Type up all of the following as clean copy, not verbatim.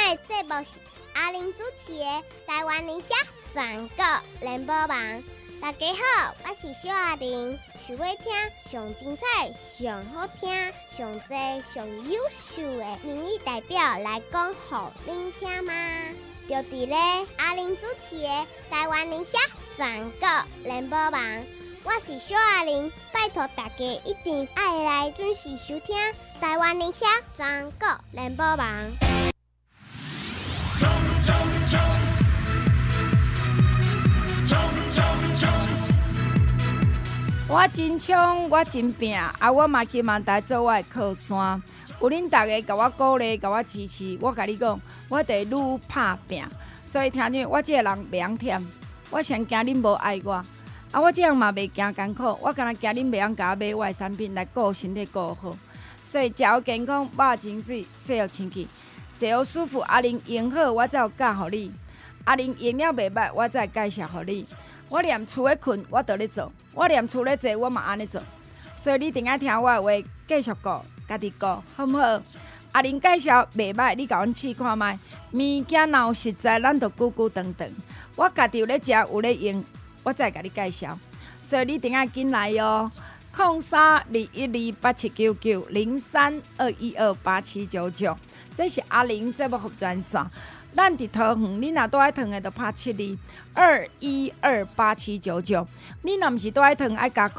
的节目是阿玲主持的台湾理社全国联播网。大家好，我是小阿玲，想要听上精彩、上好听、上多、上优秀的民意代表来讲给您听吗？就伫咧阿玲主持的台湾理社全国联播网。我是小阿玲，拜托大家一定要来准时收听台湾理社全国联播网。 我真冲，我真拼，我嘛去万代做我的靠山。有恁大家甲我鼓励，甲我支持，我甲你讲，我得愈拍拼。所以听见我这个人袂晓忝，我常惊恁无爱我。我这样嘛袂惊艰苦，我敢若惊恁袂晓甲我买我的产品来顾身体顾好。所以食好健康，肉真水，洗好清气，坐好舒服。阿玲用好，我才有教互你；阿玲用了袂歹，我才介绍互你。我连厝咧困，我都咧做；我连厝咧坐，我嘛安尼做。所以你一定要听我的话，继续顾，家己顾，好唔好？阿玲介绍袂歹，你甲阮试看卖。物件若有实在，咱就久久长长。我家己有咧食，有咧用。我再甲你介绍，所以你一定要紧来哟！03-212-8799，03-212-8799，这是阿玲节目服专线。咱伫桃园，你若住喺桃的，就拍72-212-8799。你若毋是住喺桃，爱加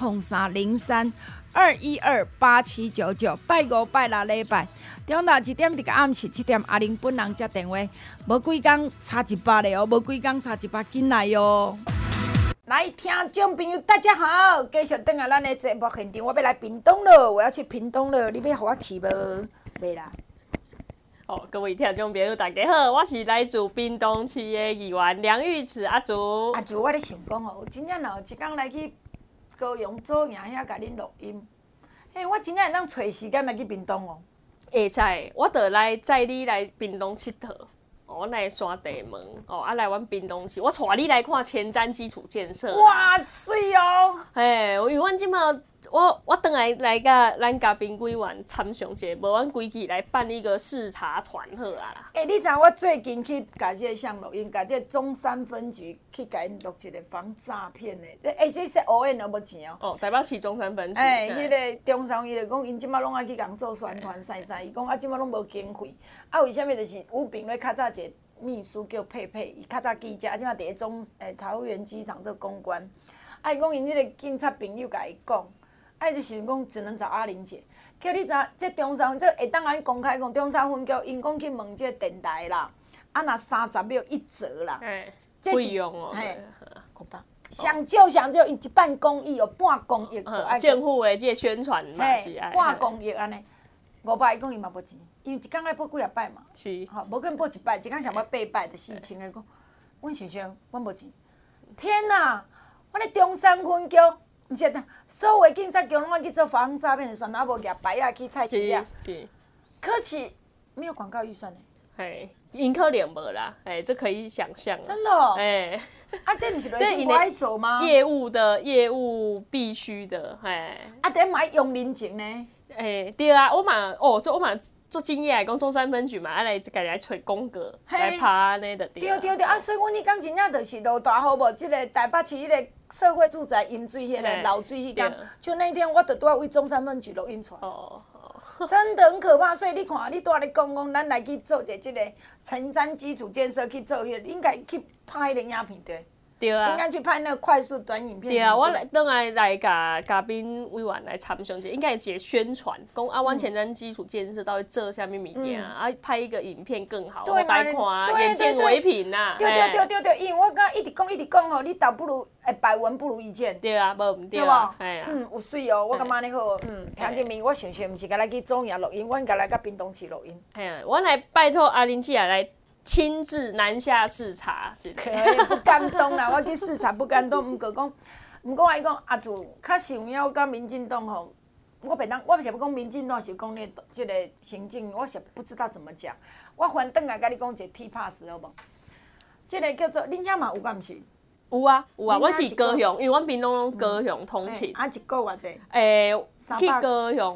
03-212-8799。拜五、拜六礼拜，中昼1点到暗时7点，阿玲本人接电话，无几工差100咧哦，无几工差100，紧来哟！来，听众朋友，大家好，继续等下咱的节目现场，我要来屏东了，我要去屏东了，你要和我去无？袂啦。 各位听众朋友，大家好，我是来自屏东市的议员梁玉慈阿竹。 阿竹，我咧想讲哦，真正若有一天来去高雄左营遐甲恁录音，我真正会当找时间来去屏东哦。 会使，我就来载你来屏东佚佗。我来山地门，来阮屏东市，我带你来看前瞻基础建设。 哇，水哦！ 因为阮即马我倒来甲咱嘉宾委员参详者，无阮规矩来办一个视察团好啊啦。 你知我最近去甲这个项录音，甲这个中山分局去甲因录一个防诈骗的。这是黑眼都无钱哦。 台北市中山分局。 迄个中山伊就讲，因即马拢爱去共做宣传晒晒，伊讲即马拢无经费。为什么？就是吴炳咧较早一个秘书叫佩佩，伊较早记者，即马伫咧桃园机场做公关。伊讲因迄个警察朋友甲伊讲。就想讲只能找阿玲姐，叫你知这中山这会当安尼公开讲，中山分局因讲去问这电台啦，若30秒1折啦， 费用哦， 上少因一半公益哦，半公益就爱政府的这宣传嘛是爱， 半公益安尼，500伊讲伊嘛无钱，因为一工爱报几啊摆嘛， 是， 无可能报1摆，一工想要8摆就4000个讲，阮想想，阮无钱，天哪，我咧中山分局。毋是，所有的警察局拢爱去做防诈骗的宣传，无举牌啊去菜市啊。 是。 可是没有广告预算呢。 因可能无啦，这可以想象。 真的哦。这毋是雷军不爱做吗？ 业务必须的， 得买用人情呢。 对啊，我嘛做经验来讲，中山分局嘛，来家己来找公告来拍安尼就对。 对，所以阮迄工真正就是落大雨无，即个台北市迄个社会住宅淹水迄个漏水迄工，就那一天我就拄仔为中山分局录音出来。真的很可怕，所以你看，你拄仔咧讲，咱来去做一个前瞻基础建设去做迄个，应该去拍迄个影片对。 对啊， 应该去拍那个快速短影片。 对啊，我等下来甲嘉宾委员来参详者，应该一个宣传，讲阮前瞻基础建设到底做啥物物件拍一个影片更好，大家看眼见为凭呐。 对，因为我刚一直讲吼，你倒不如百闻不如一见。 对啊，无毋对啊。有水哦，我感觉你好。听见面，我想毋是甲来去中央录音，阮甲来甲屏东市录音。 阮来拜托阿玲姐来。亲自南下视察， 可以不感动啦！我去视察不感动，毋过我伊讲阿祖较想要甲民进党吼，我是要讲民进党是讲即个行政，我是不知道怎么讲。我反倒来甲你讲一个 T pass 好无？即个叫做恁遐嘛有敢毋是？ 有啊，我是高雄，因为阮屏东拢高雄通勤。 一个偌济？ 去高雄。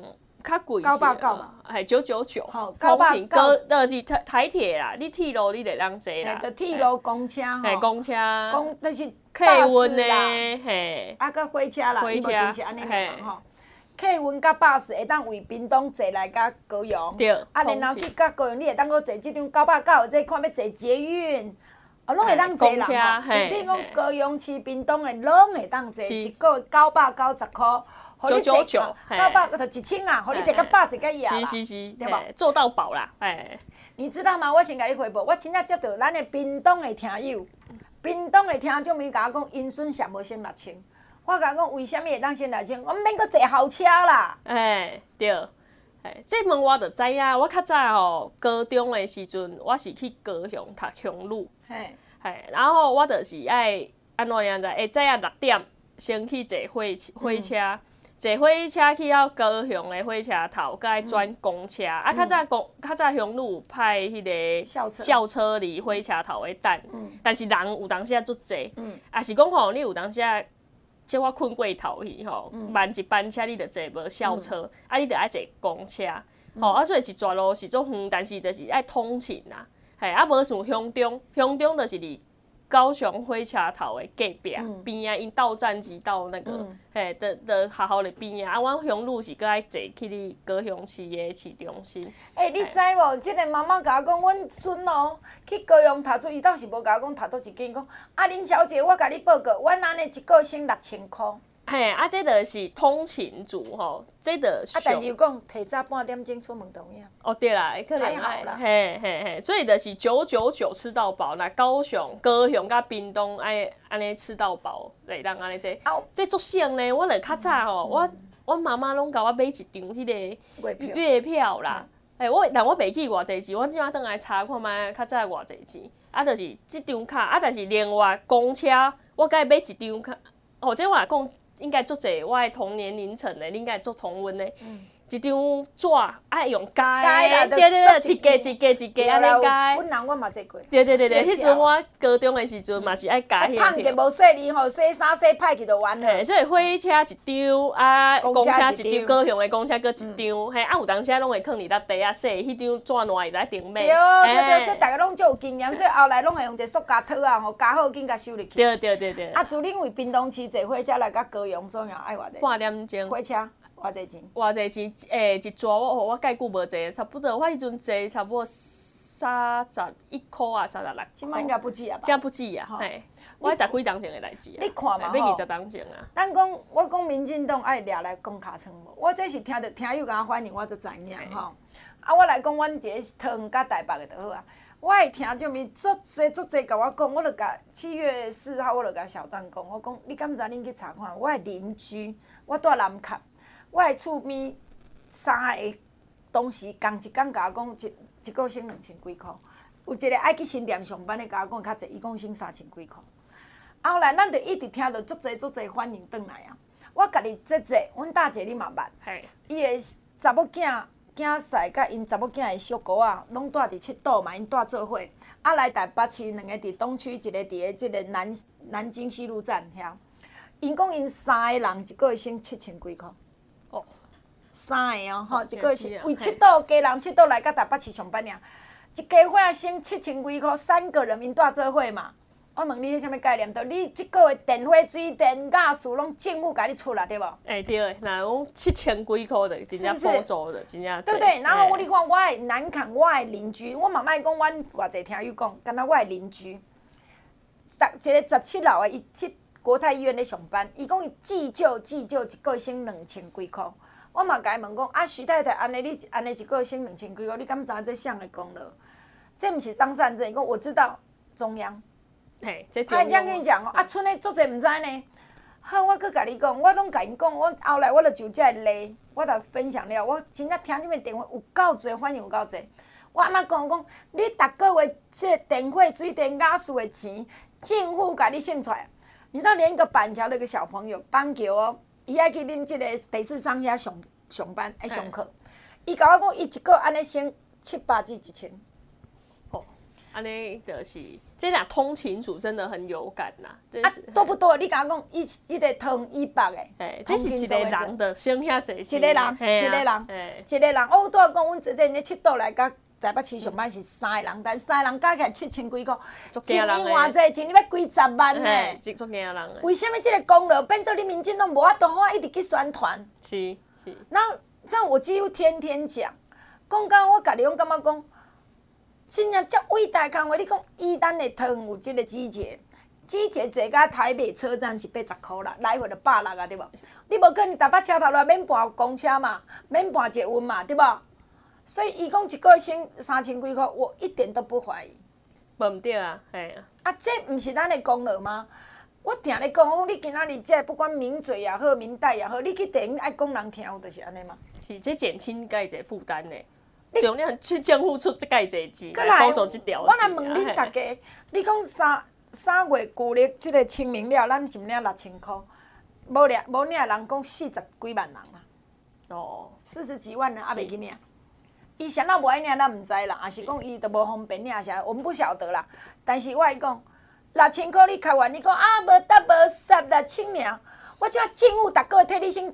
较贵 990嘛， 系999。 好通勤 990 就是台铁啦，你铁路你得当坐啦。 就铁路、公车吼。 公车。 但是客运呢，嘿。 啊，佮火车啦，伊无真是安尼个吼。客运甲巴士会当为屏东坐来甲高雄。 对。 啊，然后去甲高雄，你会当搁坐即张990，这看要坐捷运。拢会当坐啦，吼！你讲高雄市、屏东的，拢会当坐，一个月990块， 999，900 就1000啊，互你坐到饱，坐到夜啦， 对吧？做到饱啦，哎。 你知道吗？我先甲你汇报，我真正接到咱的屏东的听友，屏东的听众们甲我讲，因孙上无升6000，我甲讲为什么会当升6000？我免搁坐校车啦。 哎，对。这问我就知影，我较早吼高中的时阵，我是去高雄读雄女，然后我就是爱安怎样在早6点先去坐火车，坐火车去到高雄的火车头，再转公车。啊，较早雄女有派迄个校车离火车头的等，但是人有当时啊足济，也是讲吼，你有当时啊。即我困过头去吼，慢一班车你就坐无校车，啊你就爱坐公车，吼啊所以一段路是足远，但是就是爱通勤啦，啊无像乡中就是离高雄火车头的隔壁边啊，因到站即到那个的学校的边啊，阮乡女是搁爱坐去你高雄市的市中心。 你知无？即个妈妈甲我讲，阮孙哦去高雄读书，伊倒是无甲我讲读倒一间，讲啊林小姐，我甲你报告，阮安尼一个月省6000块。 这就是通勤族吼，这个但是又讲提早半点钟出门同样。 哦，对啦，可能所以就是999吃到饱，那高雄甲屏东爱安尼吃到饱，会当安尼这，这足省呢。我著较早吼，我妈妈拢甲我买一张迄个月票啦。但我袂记偌济钱，我即摆倒来查看卖较早偌济钱。啊，就是即张卡，但是另外公车，我甲伊买一张卡。这我来讲。应该足侪我的同年龄层的，你应该做同温的，一张纸爱用改的，对，一个安尼改。 本人我嘛做过。 对，迄阵我高中的时阵嘛是爱改迄个。 胖个无洗哩吼，洗衫洗歹去就完了。 所以火车一张啊，公车一张，高雄的公车搁一张，有当时拢会放伫搭地啊洗，迄张纸烂会来顶尾。 对，这大家拢足有经验，所以后来拢会用一个塑胶套啊，吼加好紧甲收入去。 对。 啊，自恁为屏东市坐火车来甲高雄总要爱偌济？ 半点钟。 火车偌济钱？ 偌济钱？一逝我介久无坐，差不多我迄阵坐差不多31块啊，36块。 即摆应该不止啊吧？ 真不止啊，我10几当前的代志啊。 你看嘛要20当前啊。 咱讲，我讲民进党爱掠来讲尻川无？我这是听着听友甲我反映，我才知影吼。啊，我来讲，阮一个桃园甲台北的就好啊。我的听众们足济甲我讲，我就甲7月4号，我就甲小蛋讲，我讲你敢知恁去查看？我的邻居，我住南崁，我的厝边3个同事，共一工甲我讲一个省2000几箍。有一个爱去新店上班的甲我讲较济，伊讲省3000几箍。后来咱就一直听到足济反应转来啊！我家己这济，阮大姐你嘛捌，伊的查某囝婿甲因查某囝的小姑仔，拢住伫七堵嘛，因住做伙。啊，来台北市两个伫东区，一个伫个即个南京西路站遐。因讲因3个人一个月省7000几箍。哦，3个哦，吼，一个月是为七堵家人七堵来甲台北市上班尔，一家伙省7000几箍，3个人因住做伙嘛。我问你，迄啥物概念？就你即个月电费、水电、雅士拢政府甲你出啦，对无？ 对，那讲7000几箍的，真正补助的，真正。 对不对？然后你看，我的南崁，我的邻居，我嘛莫讲阮偌济听友讲，敢若我的邻居，一个17楼的，伊去国泰医院咧上班，伊讲伊计较一个月省2000几箍。我嘛甲伊问讲，啊徐太太，安尼你安尼一个月省2000几箍，你敢知这啥的功劳？这毋是张善政，伊讲我知道中央。他这样跟你讲哦，村里足侪唔知呢。好，我搁甲你讲，我拢甲因讲，我后来我就这个例，我就分享了。我真正听你们电话有够侪，反应有够侪。我阿妈讲，你逐个月这电费、水电、雅士的钱，政府甲你省出来。你知道，连一个板桥的一个小朋友，板桥哦，伊爱去恁这个北市商遐上班上课，伊甲我讲，伊一个月安尼省700至1000。 安尼就是这俩通勤族真的很有感呐。 多不多？你甲我讲，一个通100个， 这是一个人的省遐济钱。 一个人，我拄仔讲，阮这阵咧佚佗来甲台北市上班是3个人，但3个人加起来7000几块，一年偌济，一年要几十万呢？ 足惊人的。 为什么这个功劳变做你民进党无法度好一直去宣传？ 是。 那这样我几乎天天讲，讲到我家己感觉讲。真正遮伟大工话，你讲伊咱的汤有即个季节坐到台北车站是80块啦，来回就160啊，对无？你无可能台北车头来免搬公车嘛，免搬捷运嘛，对无？所以伊讲一个月省3000几块，我一点都不怀疑。 无毋对啊，系啊。 啊，这毋是咱的功劳吗？我定咧讲，你今仔日这不管名嘴也好，明代也好，你去电影爱讲人听有就是安尼嘛。 是，这减轻家己负担呢。尽量去政府出这介济钱来补助这条我来问恁大家，你讲3月旧历即个清明了，咱是毋领6000块？无领人讲40几万人啦。 哦 ，40几万人还袂去领。伊谁那无爱领，咱毋知啦，也是讲伊都无方便领啥，我们不晓得啦。但是我会讲，6000块你开完，你讲啊无搭无煞6000尔，我即政府逐个月替你省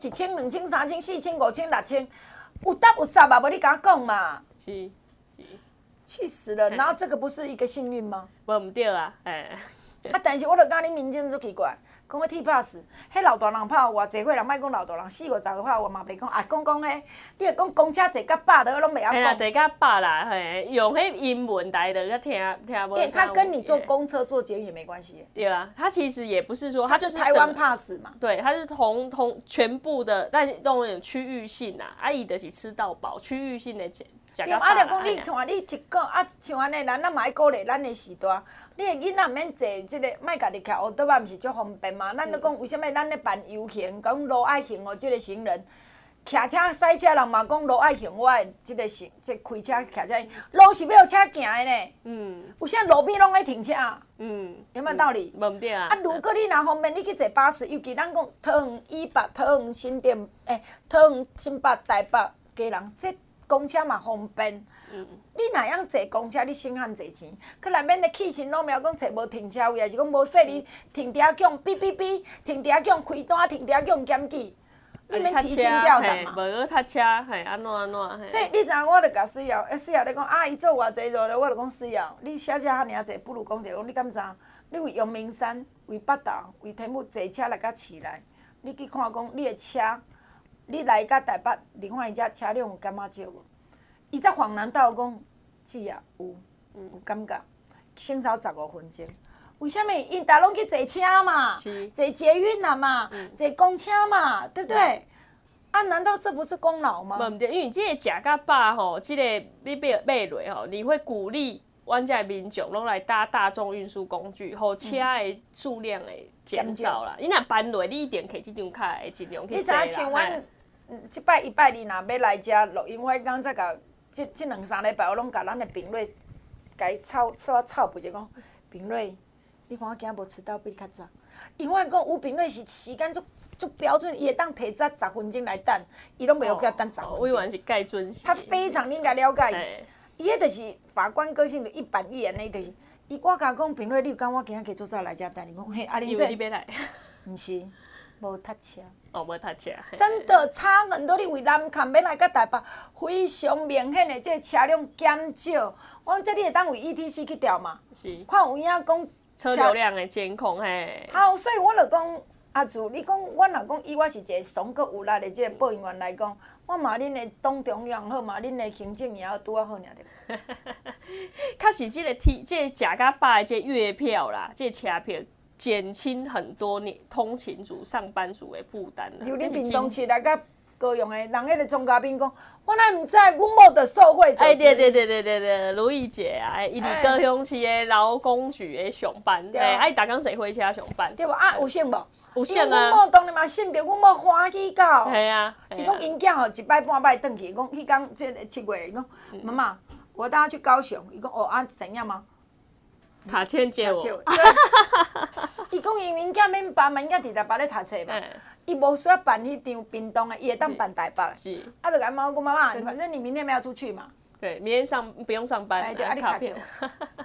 1000、2000、3000、4000、5000、6000。有搭有煞嘛？无你甲我讲嘛？ 是， 气死了！然后这个不是一个幸运吗？ 无毋对啊， 但是我就讲你民众足奇怪，讲要踢拍死，迄老大人拍偌济岁人，莫讲老大人，40、50个拍我嘛袂讲，啊讲迄，你若讲公车坐到100的，我拢袂晓讲。 坐到100啦，用迄英文台的，听无。 他跟你坐公车、坐捷运也没关系。 对啊，他其实也不是说，他就是台湾 pass 嘛。 对，他是同全部的，但是都有区域性啊，伊就是吃到饱，区域性的食到饱啦。 对，就讲你看你一个像安尼，咱嘛爱鼓励咱的时代。你的囡仔毋免坐即个，莫家己徛乌倒仔，毋是足方便嘛？咱咧讲为什么咱咧办游行，讲路爱行哦，即个行人。骑车、赛车人嘛讲路爱行，我的即个开车、骑车，路是要有车行的呢。有啥路边拢爱停车？有没有道理？ 无毋对啊。 如果你若方便，你去坐巴士，尤其咱讲桃园以北、桃园新店、桃园新北、台北、基隆，这公车嘛方便。你若样坐公车，你省遐济钱，可内面咧起心动念讲找无停车位，还是讲无说你停伫遐叫哔哔哔，停伫遐叫开单，停伫遐叫检举。你免提心吊胆嘛？ 无去踏车，安怎？ 所以你知影，我著甲水瑶，水瑶咧讲啊，伊做偌济做咧，我著讲水瑶，你写遐尔济，不如讲者讲，你敢知？你为阳明山、为北投、为天母坐车来甲市内，你去看讲你的车，你来甲台北，你看伊遮车辆有感觉少无？伊才恍然大悟讲，是啊，有感觉，省走15分钟。为什么？因大拢去坐车嘛，坐捷运啦嘛，坐公车嘛，对不对？啊，难道这不是功劳吗？ 无毋对，因为这个食到饱吼，这个你买落吼，你会鼓励阮遮民众拢来搭大众运输工具，互车的数量会减少啦。你若搬落，你一定摕这张卡会尽量去坐啦。 你知影像阮即摆1、2若要来遮录音，我刚才甲这2、3礼拜，我拢甲咱的评论，甲伊吵不就讲评论。你看我今仔无迟到比你较早，因为讲有评论是时间足标准，伊会当提早10分钟来等，伊拢袂晓叫等10分钟。 委员是介准时。 他非常应该了解，伊迄就是法官个性就一板一眼的，就是我甲讲评论，你有讲我今仔加做早来遮等你讲，嘿，阿玲这。 你要来？ 毋是，无塞车。 无塞车。 真的差很多，你为南崁要来到台北，非常明显的这车辆减少。我讲这你会当为 ETC 去调嘛？ 是。 看有影讲。 车流量的监控嘿。 好，所以我就讲阿祖，你讲我若讲以我是一个爽个有力的这个保险员来讲，我嘛恁的党中央好嘛，恁的行政也要拄啊好尔对。 确实，这个食到饱的这月票啦，这车票减轻很多通勤族、上班族的负担啦。 就恁屏东市来甲高雄的人，迄个庄嘉宾讲，我哪毋知，阮某的受贿。 对，卢义姐啊，伊伫高雄市的劳工局的上班，伊逐工坐火车上班。 对无啊？有省无？ 有省啊！ 阮某当然嘛省着，阮某欢喜到。 系啊。 伊讲因囝吼1摆半摆转去，伊讲迄天这7月，伊讲妈妈，我带他去高雄。伊讲哦啊怎样吗？ 卡签借我。 伊讲因为囝免办，因囝伫台北咧读册嘛。伊无需要办迄张屏东的，伊会当办台北。 是。 啊，就甲妈妈讲，反正你明天没有出去嘛。 对，明天不用上班。 哎，对，啊，你卡票。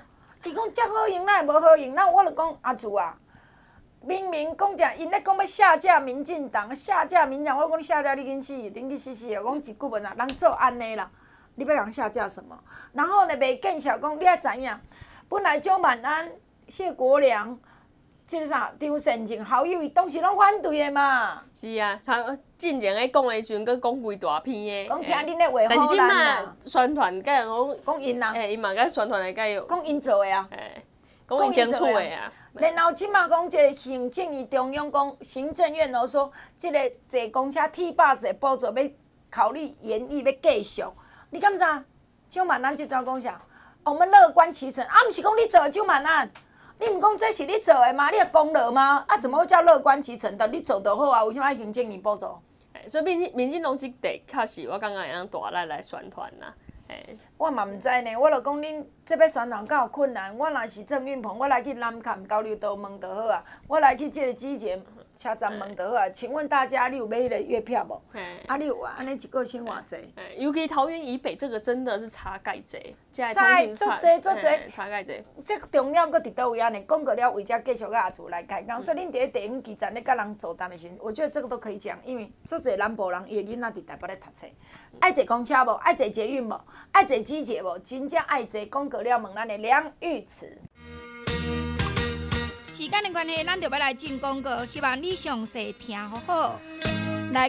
伊讲遮好用，哪会无好用？那我就讲阿厝啊，明明讲者，因咧讲要下架民进党，下架民进党，我讲你下架你紧死，恁去死死的！我讲一句话啦，人做安尼啦，你要人下架什么？然后呢，袂见效讲，你爱知影，本来周满安、谢国良。即个啥张善政好友，伊当时拢反对的嘛。 是啊，他进前咧讲的时阵，佮讲规大篇的。 讲听恁咧话好难啊。 但是即马宣传甲人讲因啊。 因嘛甲宣传的甲有。 讲因做的啊。 讲因清楚的啊。 然后即马讲，即个行政院中央讲，行政院说，即个坐公车 T bus 的补助要考虑延役，要继续。你敢知？蒋万安即招讲啥？我们乐观其成，啊，毋是讲你做蒋万安。你毋讲这是你做的吗？你有功劳吗？啊，怎么会叫乐观其成的？你做就好啊，为什么要行政院补助？ 所以民进党即地确实，我感觉会当大力来宣传啦。 我嘛毋知呢，我就讲恁这要宣传敢有困难。我若是郑运鹏，我来去南崁交流道问就好啊，我来去即个机捷车站问就好啊。请问大家，你有买迄个月票无？啊，你有啊？安尼一个省偌济？ 尤其桃园以北这个真的是差介济， 差足济足济， 差介济。 这重要搁伫倒位安尼？讲过了，为遮继续甲阿厝来开工，所以恁伫咧地方基站咧甲人做谈的时阵，我觉得这个都可以讲，因为足济南部人伊的囡仔伫台北咧读册，爱坐公车无？爱坐捷运无？爱坐机捷无？真正爱坐。讲过了，问咱的梁玉慈。 时间的关系，咱就要来进广告，希望你详细听好好。 来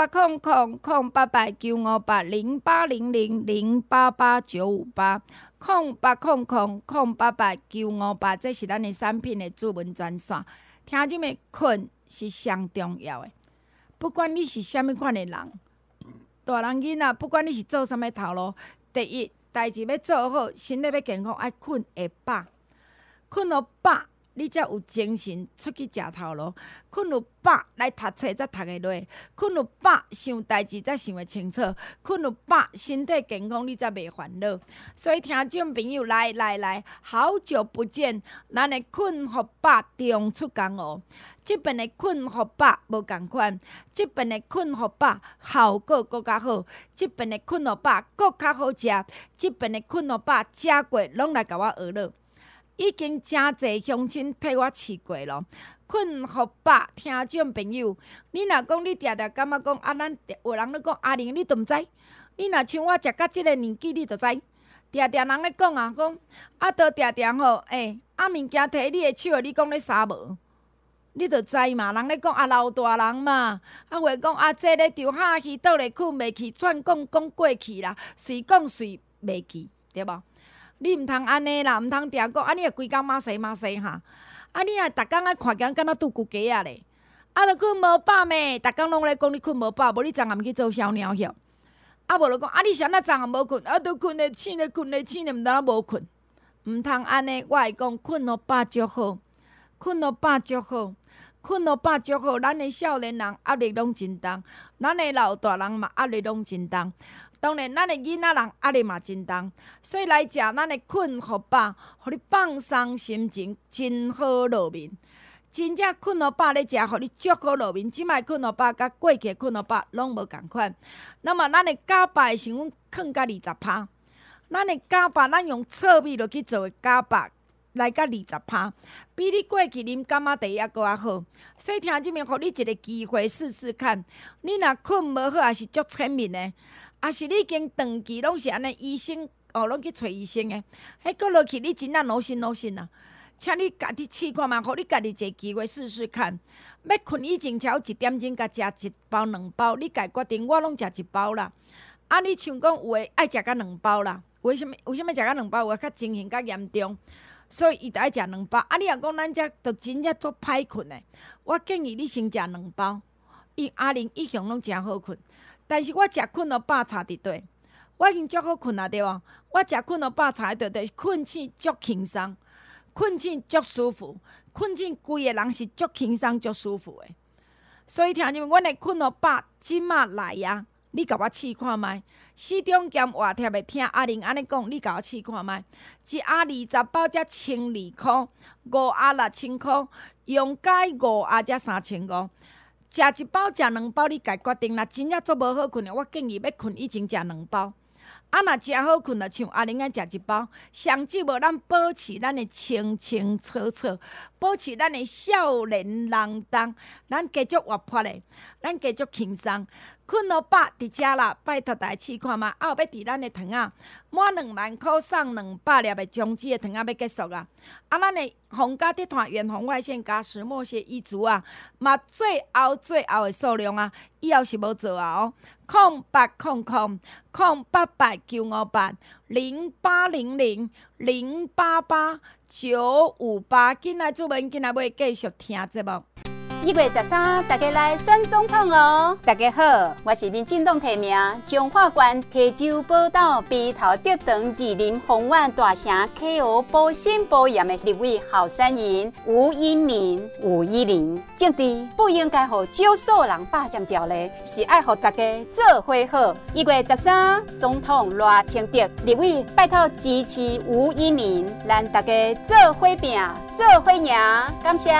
0800-088-958-088958，0800-088-958，这是咱的产品的主文专线。听众们，困是上重要的，不管你是啥物款的人，大人囡仔，不管你是做啥物头路，第一代志要做好，身体要健康，爱困会饱，困到饱。你才有精神出去食头路，困有饱来读册才读会落，困有饱想代志才想会清楚，困有饱身体健康你才袂烦恼。所以听众朋友来，好久不见，咱的困互饱中出江湖。即边的困互饱无共款，即边的困互饱效果搁较好，即边的困互饱搁较好食，即边的困互饱食过拢来甲我学乐。已经真侪乡亲替我试过咯，困互饱，听众朋友，你若讲你常常感觉讲啊，咱有人咧讲阿玲，你都毋知？你若像我食到即个年纪，你就知。常常人咧讲啊，讲啊，都常常吼，啊物件摕你的手，你讲咧啥无？你就知嘛，人咧讲啊，老大人嘛，啊话讲啊，这咧着哈气倒咧困袂去，串讲过去啦，随讲随袂去，对无？你毋通安尼啦，毋通定讲，啊你也规工马西哈，啊你也逐工爱看见敢若拄骨鸡啊咧，啊着困无饱咩？逐工拢咧讲你困无饱，无你昨暗去做小鸟歇，啊无就讲啊你是安那昨暗无困，啊着困咧醒咧困咧醒咧，毋知影无困，毋通安尼，我会讲困互饱足好，困互饱足好，困互饱足好，咱的少年人压力拢真重，咱的老大人嘛压力拢真重。当然，咱的囡仔人压力嘛真重，所以来食咱的困互饱，互你放松心情，真好落眠。真正困互饱咧食，互你足好落眠。即摆困互饱甲过去困互饱拢无共款。那么咱的假饱的成分囥到20%，咱的假饱咱用糙米落去做的假饱来到20%，比你过去啉柑仔茶还搁较好。所以听即面，互你一个机会试试看。你若困无好，也是足聪明的。啊，是你已经长期拢是安尼，医生拢去找医生的，迄搁落去你真正劳心啊！请你家己试看嘛，互你家己一个机会试试看。要困以前，超1点钟甲食1包2包，你家决定，我拢食1包啦。啊，你像讲有诶爱食甲2包啦，为什么食甲2包？有诶较情形较严重，所以伊就爱食2包。啊，你若讲咱遮着真正足歹困诶，我建议你先食2包。伊阿玲一向拢诚好困。但是我食困互饱差伫底，我已经足好困啊，对无？我食困互饱差伫底，困醒足轻松，困醒足舒服，困醒规个人是足轻松足舒服的。所以听你们，阮的困互饱即马来啊！你甲我试看觅，市中兼活贴的听阿玲安尼讲，你甲我试看觅，一盒20包才1200块，5盒6000块，用解5盒才3500。食1包食2包，你家决定啦。真正足无好困的，我建议要困以前食2包。 啊，若诚好困，就像阿玲仔食一包。上只无咱保持咱的清清楚楚，保持咱的少年人动，咱继续活泼的，咱继续轻松。困好饱伫遮啦，拜托大家试看嘛。啊，有要伫咱的糖仔满2万块送200粒的中资的糖仔要结束啊！啊，咱的皇家集团远红外线加石墨烯衣族啊，嘛最后的数量啊，以后是无做啊哦。0800-0800-0888-088-958，紧来主文，紧来要继续听节目。 1月13，大家来选总统哦！大家好，我是民进党提名彰化县溪州宝岛鼻头竹塘二林红苑大城 KO 保心保炎的立委候选人吴依林。政治不应该让少数人霸占掉的，是爱让大家做伙好。1月13，总统赖清德立委拜托支持吴依林，让大家做伙拼，做伙赢，感谢。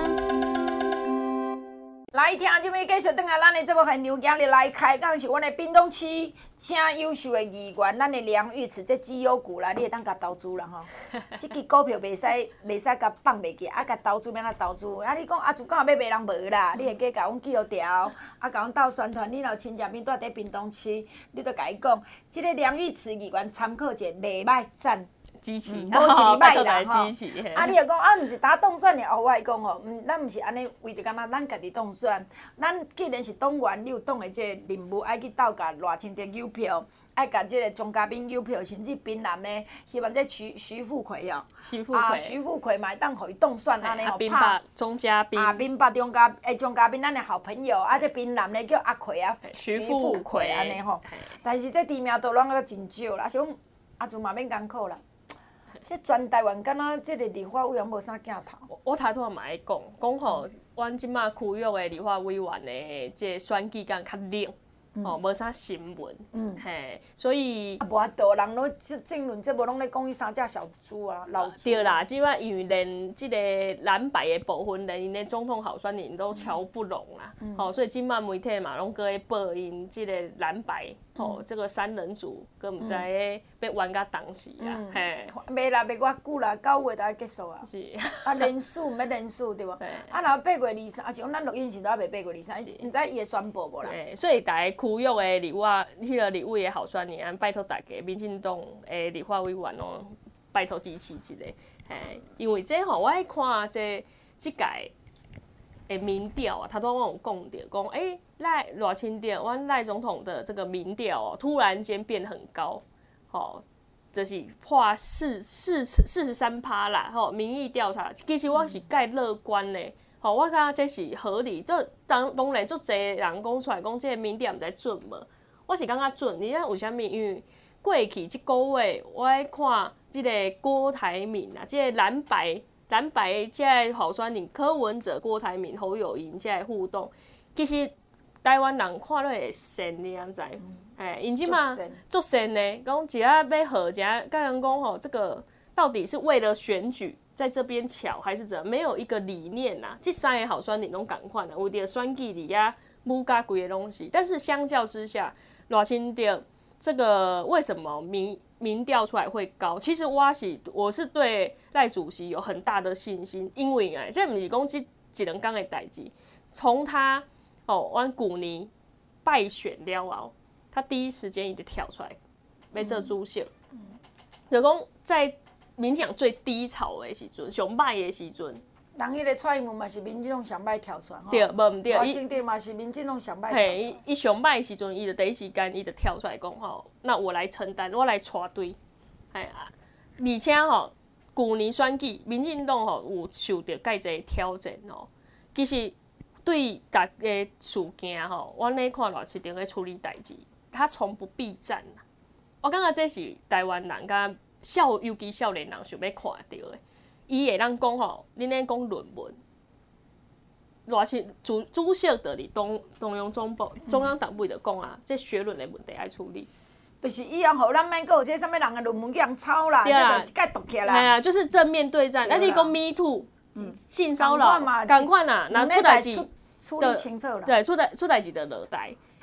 来听这边继续转来，咱的节目现场今日来开讲是阮的屏东区正优秀的议员，咱的梁玉慈，这绩优股啦，你会当甲投资啦吼。这支股票袂使甲放袂记，啊甲投资免哪投资？啊你讲啊，自讲要卖人无啦，你会记甲阮记号条，啊甲阮斗宣传。你若亲戚边住伫屏东区，你都甲伊讲，这个梁玉慈议员参考者袂歹赞。 支持， 无一日歹啦吼。 啊， 你又讲啊，毋是打当选的哦，我会讲吼，咱毋是安尼为着干那咱家己当选，咱既然是党员，你有党的这个任务，爱去斗甲赖清德邮票，爱甲这个钟嘉宾邮票，甚至槟榔呢，希望这徐富奎哦，徐富奎嘛会当互伊当选安尼吼， 拍钟嘉宾， 宾把钟嘉宾咱的好朋友，啊这槟榔呢叫阿奎啊，徐富奎安尼吼，但是这知名度拢个真少啦，是讲阿祖嘛免艰苦啦。这全台湾敢若这个立法委员无啥镜头。 我头拄仔嘛会讲吼，阮即马区域的立法委员的这选举敢较冷，哦，无啥新闻，嘿，所以无法度，人拢政论节目拢咧讲伊三只小猪啊，老猪。 对啦，即摆因为连即个蓝白的部分，连因的总统候选人都瞧不拢啦，吼，所以即摆媒体嘛拢搁咧报因即个蓝白。这个3人组，佮毋知要玩到当时啦，嘿。 袂啦，袂偌久啦，9月才结束啊。 是。 啊，连署毋要连署对无？啊，若8月23，啊是讲咱录音时都还袂8月23，毋知伊会宣布无啦？ 所以大家区域的立委，迄个立委的候选人，拜托大家，民进党的立法委员哦，拜托支持一下，嘿，因为这吼，我爱看这届的民调啊，头拄我有讲着，讲赖清德，阮赖总统的这个民调哦，突然间变很高，吼，就是破43%啦，吼，民意调查，其实我是介乐观的，吼，我感觉这是合理，这当然足侪人讲出来讲，这个民调毋知准无，我是感觉准，你知为虾米？因为过去即个月，我爱看即个郭台铭啊，即个蓝白即个候选人柯文哲、郭台铭、侯友宜即个互动，其实。台湾人看落会神，你安知？因即嘛足神呢，讲一下要和一下，跟人讲吼，这个到底是为了选举在这边巧，还是怎样？没有一个理念呐。这3个候选人拢共款啦，有伫选举里啊，母甲规个东西。但是相较之下，赖清德这个为什么民调出来会高？其实我是对赖主席有很大的信心，因为这不是讲这一两天的代志，从他。阮旧年败选了后，他第一时间伊就跳出来要做主席，就讲在民进党最低潮的时阵、上歹的时阵， 人迄个蔡英文嘛是民进党上歹跳出来， 对，无毋对， 赖清德嘛是民进党上歹跳出来。 伊上歹的时阵，伊就第一时间伊就跳出来讲吼，那我来承担，我来带队，而且吼，旧年选举，民进党吼有受到介侪挑战吼，其实。对大家事件吼，阮咧看赖清德咧处理代志，他从不避战啦。我感觉这是台湾人甲尤其少年人想要看到的。伊会当讲吼，恁咧讲论文，赖清主席就伫中央总部、中央党部就讲啊，这学论的问题爱处理。 就是以后互咱免搁有这啥物人的论文去人抄啦，这就一概读起来。 系啊，就是正面对战。你讲 Me Too。性骚扰，赶快啦！拿出代志， 处理清楚啦。 对，出代志的落台。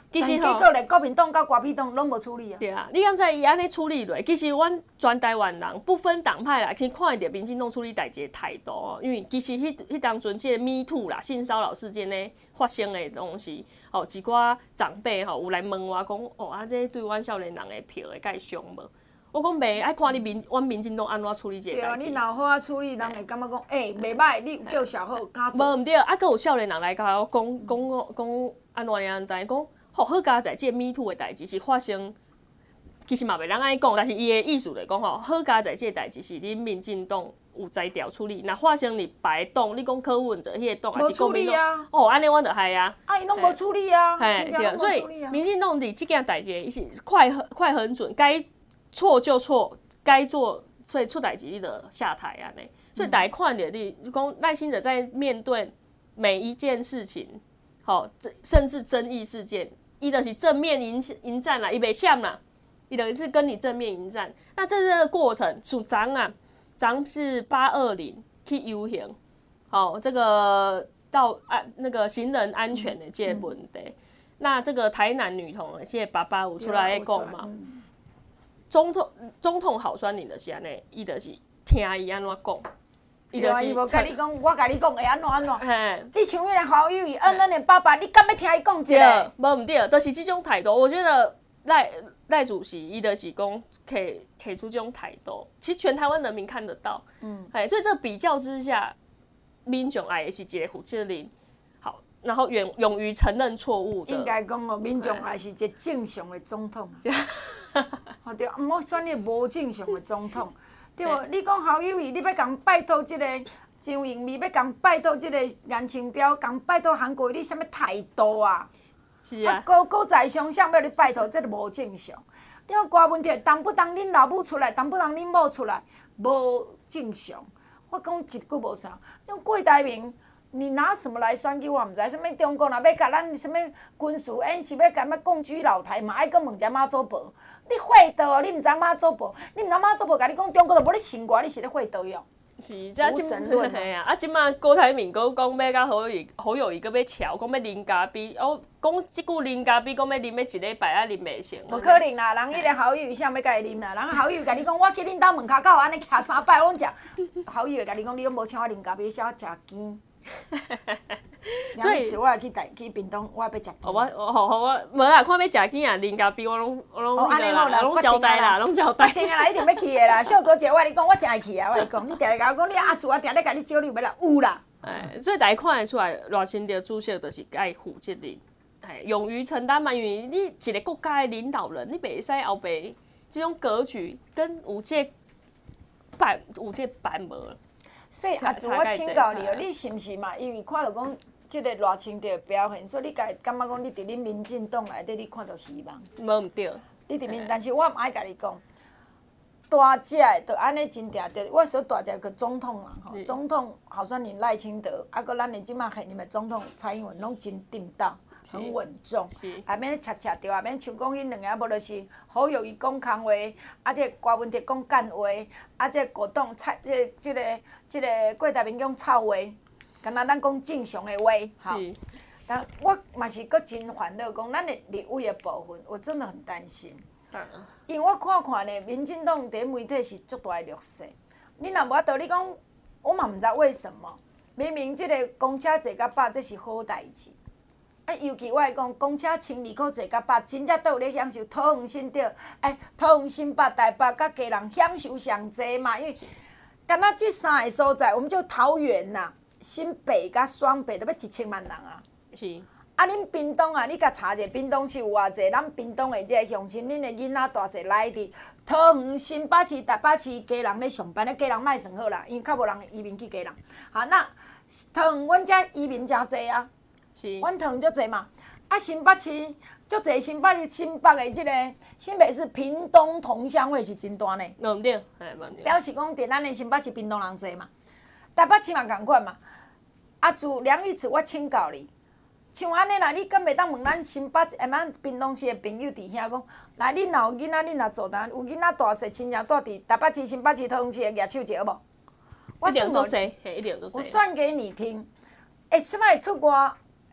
其实结果咧，国民党甲国民党拢无处理啊。 对啊，你敢知伊安尼处理落？其实阮全台湾人不分党派啦，其实看得到民进党处理代志的态度哦。因为其实迄当阵即个 Me Too 啦、性骚扰事件呢发生的东西，一寡长辈有来问我讲，这对阮少年人的票会介伤无？我讲袂，爱看阮民进党安怎处理这个代志。 对啊，你若好啊处理，人会感觉讲，袂歹，你叫小好敢做。 无毋对，佫有少年人来甲我讲安怎样知讲？好佳在即个 Me Too 的代志是发生，其实嘛袂当安尼讲，但是伊的意思就是讲好佳在即个代志是恁民进党有才调处理，若发生你别的党，你讲柯文哲迄个党还是国民党，安尼阮就嗨啊。 伊拢无处理啊， 对，所以民进党伫即件代志，伊是快很准，该错就错，该做所以出代志你就下台安尼。所以大家看着你讲赖清德在面对每一件事情，甚至争议事件。伊就是正面迎战啦，伊袂闪啦，伊就是跟你正面迎战。那这个过程，属昨是820去游行，这个到那个行人安全的这个问题。那这个台南女童的这个885出来讲嘛，总统好酸你的是安尼，伊就是听伊安怎讲。 伊就是伊无甲你讲，我甲你讲会安怎？你像迄个侯友宜恩恩的爸爸，你敢要听伊讲一个？ 无毋对，就是这种态度。我觉得赖主席伊就是讲给出这种态度，其实全台湾人民看得到。所以这比较之下，民众爱的是一个负责任，好，然后勇于承认错误的。 应该讲哦，民众爱是一个正常的总统。对，毋好选个无正常的总统。对无？你讲侯友宜，你要共拜托即个张盈利，要共拜托即个颜清标，共拜托韩国瑜，你啥物态度啊？ 是啊。 高在上，啥要你拜托，这就无正常。你讲大问题，当不当恁老母出来，当不当恁某出来，无正常。我讲一句无啥，用郭台铭。你拿什么来选举？我毋知。什么中国若要甲咱什么军事演习，要甲咱共居老台嘛？爱搁问者马祖婆，你会道哦？你毋知马祖婆，你毋知马祖婆甲你讲中国就无咧生活，你是咧会道哟？ 是，这无神论啊！即马郭台铭搁讲要甲侯友宜搁要吵，讲要啉咖啡，讲即句啉咖啡，讲要啉一礼拜啉袂成。 无可能啦！人迄个侯友宜啥要甲伊啉啦？人侯友宜甲你讲，我去恁兜门口口安尼徛3摆，我拢食。侯友宜甲你讲，你拢无请我啉咖啡，请我食羹。所以我也去屏东，我要食羹。 我无啦，看要食羹啊，啉咖啡我拢交代啦，拢交代。 定啊啦，一定要去的啦。小左姐，我跟你讲，我真会去啊！我跟你讲，你定定甲我讲，你阿祖啊，定定甲你招你要啦，有啦。 所以大家看得出来，赖清德主席就是爱负责任，勇于承担嘛。因为你一个国家的领导人，你袂使后背这种格局跟有这版无。 所以阿祖，我请教你哦，你是毋是嘛？因为看到讲即个赖清德表现，所以你感觉讲你伫恁民进党内底，你看到希望？ 无毋对。 你伫但是我毋爱甲你讲，大只的就安尼真定定。我说大只个总统嘛，吼，总统好像你赖清德，啊，搁咱的即马现任的总统蔡英文拢真定当。很稳重，也免咧恰着，也免像讲迄两个，无就是侯友宜讲空话，啊，这郭文哲讲干话，啊，这国党即个郭台铭讲臭话，敢若咱讲正常的话，吼。但我嘛是搁真烦恼，讲咱的立委的部分，我真的很担心，因为我看咧，民进党伫媒体是足大的劣势。你若无法度，你讲，我嘛毋知为什么，明明即个公车坐甲饱，这是好代志。尤其我来讲，公车清2块坐甲饱，真正都有咧享受桃园新竹、桃园新北、台北甲基隆享受上济嘛。因为敢若这3个所在，我们就桃园呐、新北甲双北都要1000万人啊。 是。 啊，恁屏东啊，你甲查者屏东市有偌济？咱屏东的这个乡亲，恁的囡仔大细来伫桃园、新北市、台北市、基隆咧上班，咧基隆莫算好啦，因为较无人移民去基隆。好，那桃园阮遮移民真济啊。阮桃园足济嘛，啊新北市足济，新北的即个新北市屏东同乡会是真大呢。 无毋对， 表示讲伫咱的新北市屏东人济嘛，台北市嘛共款嘛。啊，自梁玉慈，我请教你，像安尼啦，你敢袂当问咱新北咱屏东市的朋友伫遐讲，来恁若有囡仔，恁若做单，有囡仔大细亲戚住伫台北市、新北市、桃园市的举手者好无？ 一定做济，一定做济。 我算给你听，什么会出外？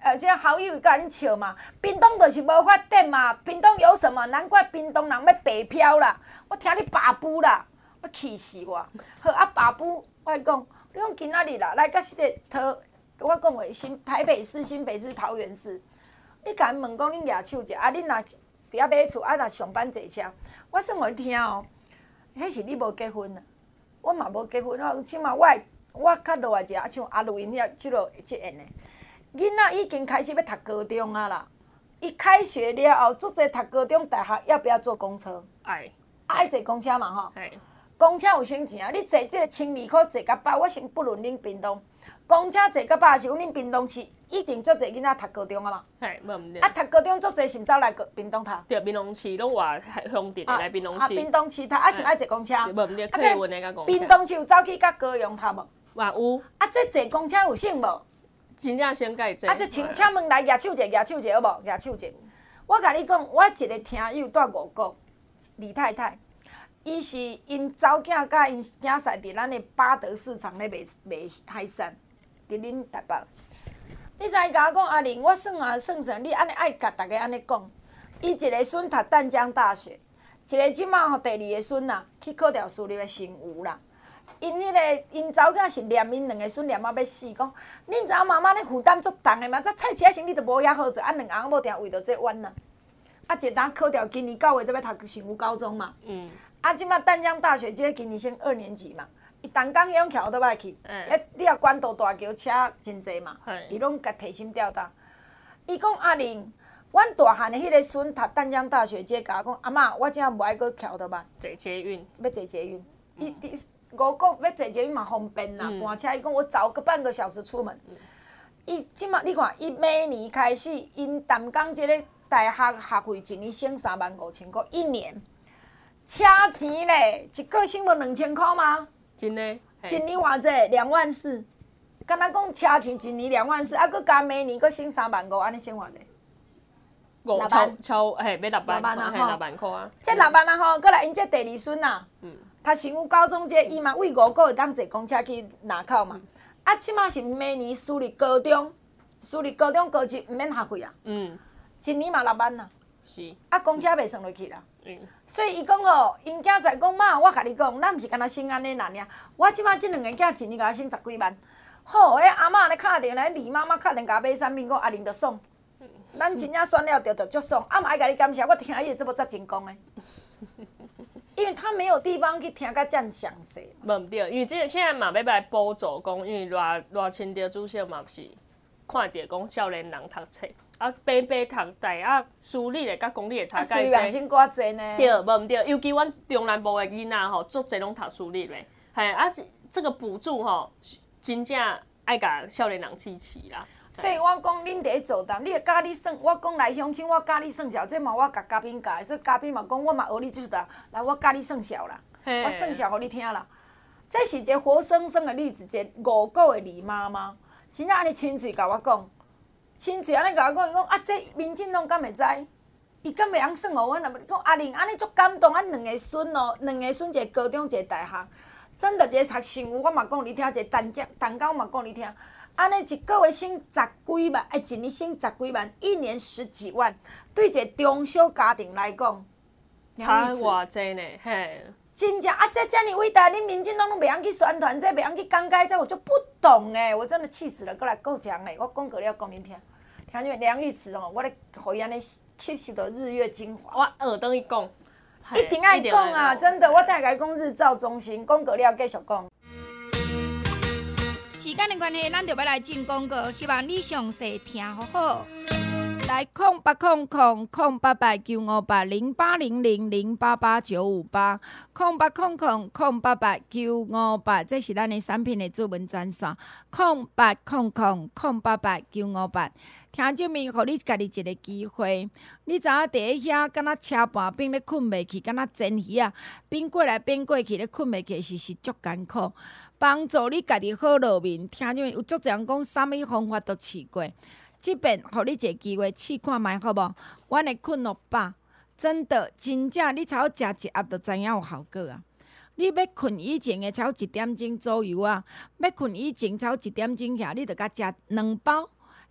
这好友甲恁笑嘛，屏东就是无发展嘛，屏东有什么？难怪屏东人要北漂啦！我听你爸母啦，我气死我！好啊，爸母，我讲，你讲今仔日啦，来到即个我讲的台北市、新北市、桃园市，你甲因问讲恁举手者，啊，恁若伫遐买厝，啊，若上班坐车，我算互你听哦，迄是你无结婚啦，我嘛无结婚，起码我较落来一下，像阿露因遐即落即演的。囡仔已经开始要读高中啊啦！伊开学了后，足侪读高中大学要不要坐公车？爱坐公车嘛吼。公车有省钱啊！你坐即个1200块坐到饱，我先不论恁屏东。公车坐到饱是讲恁屏东市一定足侪囡仔读高中啊嘛。 无毋对。 啊，读高中足侪是毋走来屏东读。 对，屏东市拢话乡镇来屏东市。 屏东市读，想爱坐公车。 无毋对，客运的甲公车。 屏东市有走去甲高雄读无？ 有。 啊，这坐公车有省无？ 真正先解坐。 这请问来举手者，好无？举手者。我甲你讲，我一个听友住五股，李太太，伊是因查某囝甲因囝婿伫咱的八德市场咧卖海产，伫恁台北。你知伊甲我讲，阿玲，我算算，你安尼爱甲大家安尼讲。伊一个孙读淡江大学，一个即马吼第二个孙啦，去考调私立的新吴啦。因查某囝是念因两个孙念啊要死，讲恁查某妈妈咧负担足重的嘛，这菜市仔生理都无遐好做，两翁某定为着这冤啦。啊，一当考调今年9月才要读新吴高中嘛。即马淡江大学即个今年升2年级嘛，伊东港迄种桥都歹去，你也关渡大桥车真济嘛，伊拢甲提心吊胆。伊讲阿玲，阮大汉的迄个孙读淡江大学，即个甲我讲，阿嬷，我真正无爱搁桥倒吧。 坐捷运。 要坐捷运。五股要坐捷运嘛方便啦，搬车伊讲我早个半个小时出门。伊即马你看，伊明年开始，因淡江即个大学学费一年省35000块一年，车钱咧一个月省无2000块吗？ 真的。 一年偌济24000，敢若讲车钱一年24000，啊，搁加明年搁省35000，安尼省偌济？6万。 超要6万啊，6万块啊。 这6万啊吼，搁来因这第二孙啊。读新吴高中，伊嘛为5个会当坐公车去南口嘛。即马是明年私立高中高级毋免学费啊。一年嘛6万啊。 是。 公车袂算落去啦。所以伊讲吼，因囝婿讲妈，我甲你讲，咱毋是干那省安尼啦尔。我即马即2个囝一年甲我省10几万。好，阿嬷咧敲电话，李妈妈敲电话买产品，讲阿玲着爽。咱真正选了着足爽，嘛爱甲你感谢，我听伊的节目才成功的。因为他没有地方去听甲这样详细。 无毋对，因为现在嘛要来补助讲，因为赖清德主席嘛是看到讲少年人读册，白读大学私立的甲公立的差介济。 虽然先偌济呢。 对，无毋对，尤其阮中南部的囡仔吼，足济拢读私立的，是这个补助吼，真正爱甲少年人支持啦。 所以我讲，恁伫咧做谈，你会教你算。我讲来乡亲，我教你算数，这嘛我甲嘉宾教的，所以嘉宾嘛讲，我嘛学你即道，来我教你算数啦，我算数互你听啦。这是一个活生生的例子，一个5个的李妈妈，真正安尼亲嘴甲我讲，亲嘴安尼甲我讲，伊讲这民进党敢会知？伊敢袂晓算互阮？讲阿玲安尼足感动，2个孙哦，2个孙，一个高中，一个大学，真的一个读新吴，我嘛讲你听，一个淡江我嘛讲你听。安尼一个月省10几万，一年省10几万，一年10几万，对一个中小家庭来讲， 差偌济呢？嘿， 真正这遮尔伟大，恁民进党拢袂晓去宣传这，袂晓去讲解这，我就不懂我真的气死了。过来够讲我讲过了讲恁听，听你们梁玉慈我咧互伊安尼吸收到日月精华。 我耳等伊讲， 一定爱讲啊！真的，我等下甲伊讲日照中心，讲过了继续讲。 时间的关系，咱就要来进广告，希望你详细听好好。 来0800088958088958，这是咱的产品的主文专线0800088958。听证明，互你家己一个机会。你知影伫咧遐，敢若车盘边咧困袂去，敢若煎鱼啊，变过来变过去咧困袂去，是足艰苦。帮助你家己好落眠，听证明有足侪人讲，啥物方法都试过。即便互你一个机会试看觅好无？阮的困乐饱，真的真正你超食一盒就知影有效果啊！你要困以前的超1点钟左右啊，要困以前超1点钟遐，你着甲食2包。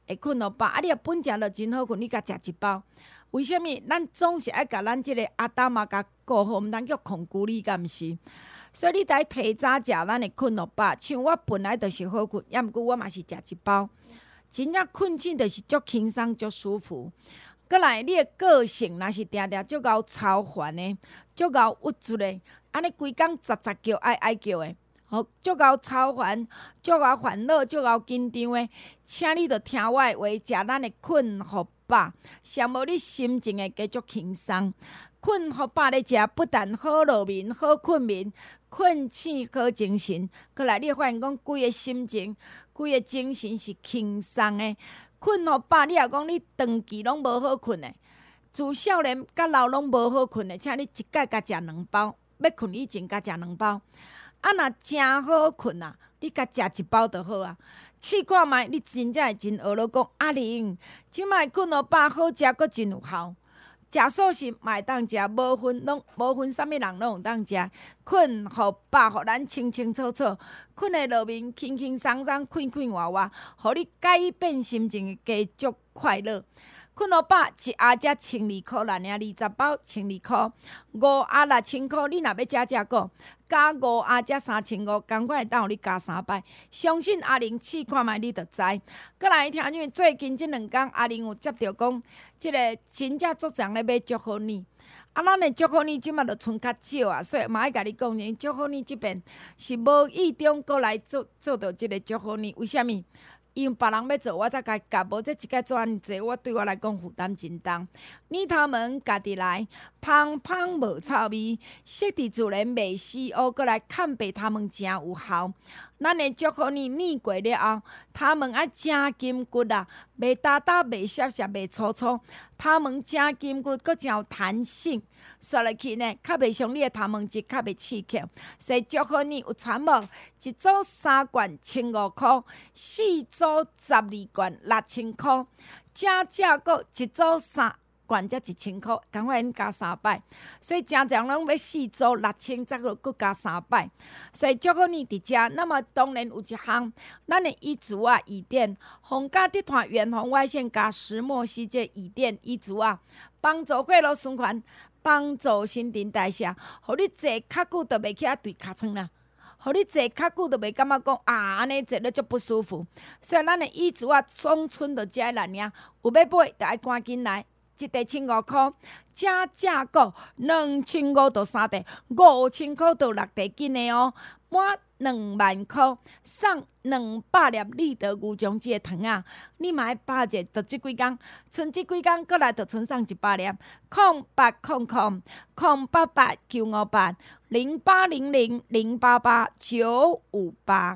会困好饱，你若本食就真好困，你甲食一包。为什么咱总是爱甲咱即个阿达嘛甲顾好，毋通叫控制你，敢毋是？所以你得提早食，咱会困好饱。像我本来就是好困，抑毋过我嘛是食一包，真正困醒就是足轻松、足舒服。过来，你的个性若是定定足够超凡的，足够郁卒的，安尼规工喳喳叫、哀叫的，吼，足够超凡、足够烦恼、足够紧张的，请你着听我的话，食咱的困好饱，上无你心情会加足轻松。困好饱咧食，不但好落眠、好困眠、困醒好精神，过来你会发现讲，规个心情、规个精神是轻松的。困好饱，你若讲你长期拢无好困的，自少年到老拢无好困的，请你一摆甲食2包，要困以前甲食2包。啊，若真好困啊，你甲食1包就好啊。试看觅，你真正会真学了讲，阿玲，即摆困好饱，好食阁真有效。食素食嘛会当食，无分啥物人拢有当食。困好饱，互咱清清楚楚，困会落眠，轻轻松松，快快活活，互你改变心情，加足快乐。困好饱，一盒才1200箍啦，尔20包1200箍，5盒6000箍。你若要食个，加5盒才3500，赶快会当互你加3摆。相信阿玲试看觅，你就知。过来听见最近即2天，阿玲有接到讲，即个真正足人咧买祝福年。啊，咱的祝福年即马就剩较少啊，所以嘛爱甲你讲，祝福年即边是无意中过来做到即个祝福年，为虾米？因为别人要做，我才甲甲，无这一届做安尼济，我对我来讲负担真重。你他们家己来，芳芳无臭味，适地自然袂死乌，过来看白他们真有效。咱的祝福年过了后，他们爱真筋骨啊，袂打打，袂涩涩，袂粗粗，他们真筋骨，阁真有弹性。刷落去呢，较袂像你的头毛质，较袂刺激。所以祝福你有传无？一组3罐1500箍，4组12罐6000箍，正阁一组3罐才1000箍，赶快加3摆。所以真侪人拢要4组6000，再阁加3摆。所以祝福你伫遮。那么当然有一项，咱的伊竹啊椅垫，红家地团远红外线加石墨烯这椅垫伊竹啊，帮助血液循环。帮助新陈代谢，互你坐较久就袂起啊对尻川啦，互你坐较久就袂感觉讲安尼坐了足不舒服。所以咱的椅子啊，总剩就遮啦尔，有要买就爱赶紧来，一袋1500箍，正个2500到3袋，5000箍到6袋紧的哦，满20000箍送200粒立德牛浆鸡的糖啊！你嘛爱把者，就即几工，剩即几工，过来就剩送100粒。0800-0888-0800-088-958。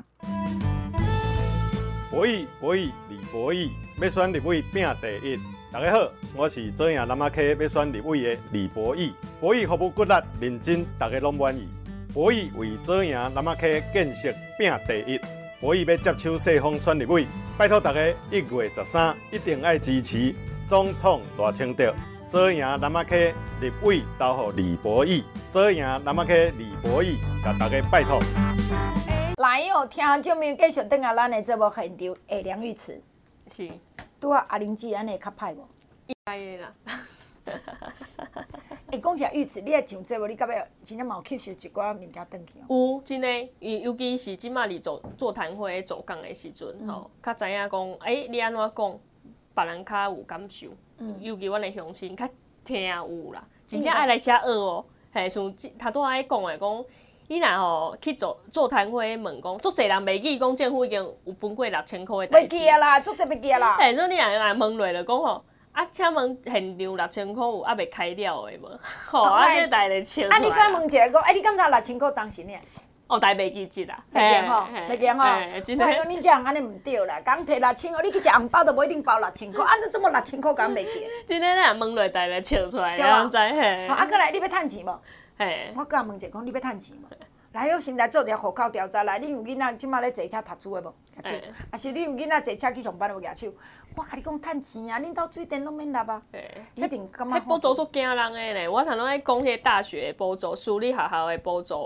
博弈李博弈，要选立委拼第1。大家好，我是左营南仔溪要选立委的李博弈。博弈服务骨力认真，大家拢满意。博弈为左营南仔溪建设拼第1。博弈要接手世芳选立委，拜托大家1月13一定要支持总统大清德。左营南仔溪立委投予李博弈，左营南仔溪李博弈，甲大家拜托。 来哦，听众朋友继续等下咱的节目现场下梁玉慈。 是。 拄啊，阿玲姐安尼较歹无？ 应该的啦。 讲起来玉慈，你爱上节目，你敢要真正嘛有吸收一寡物件转去哦？有，真的，尤其是即马伫座谈会做工的时阵，吼，较知影讲，你安怎讲，别人较有感受。尤其阮的乡亲较听有啦，真正爱来遮学哦。嘿，像头拄仔讲的讲。你若吼去座谈会问讲，足侪人袂记讲政府已经有分过6000箍的代志。 袂记啊啦，足侪袂记啊啦。 嘿，所以你若问落就讲吼，请问现场6000箍有别开了的无？吼，这代就笑出来。 你敢问一下讲，你敢知6000箍当时呢？ 哦，大袂记记啦。 袂记吼，袂记吼。我讲你这样安尼唔对啦，讲摕6000箍，你去食红包都无一定包6000箍，怎么6000箍敢袂记？ 真诶，咱问落大就笑出来，你知嘿。 过来，你要趁钱无？ 嘿， 我甲问者讲，你要趁钱无？来，我先来做一个户口调查。来，你有囡仔即马咧坐车读书的无？举手。啊是你有囡仔坐车去上班的无？举手。我甲你讲，趁钱啊！恁兜水电拢免纳啊。一定感觉。 迄补助足惊人的咧，我头拢爱讲迄大学补助、私立学校的补助啊，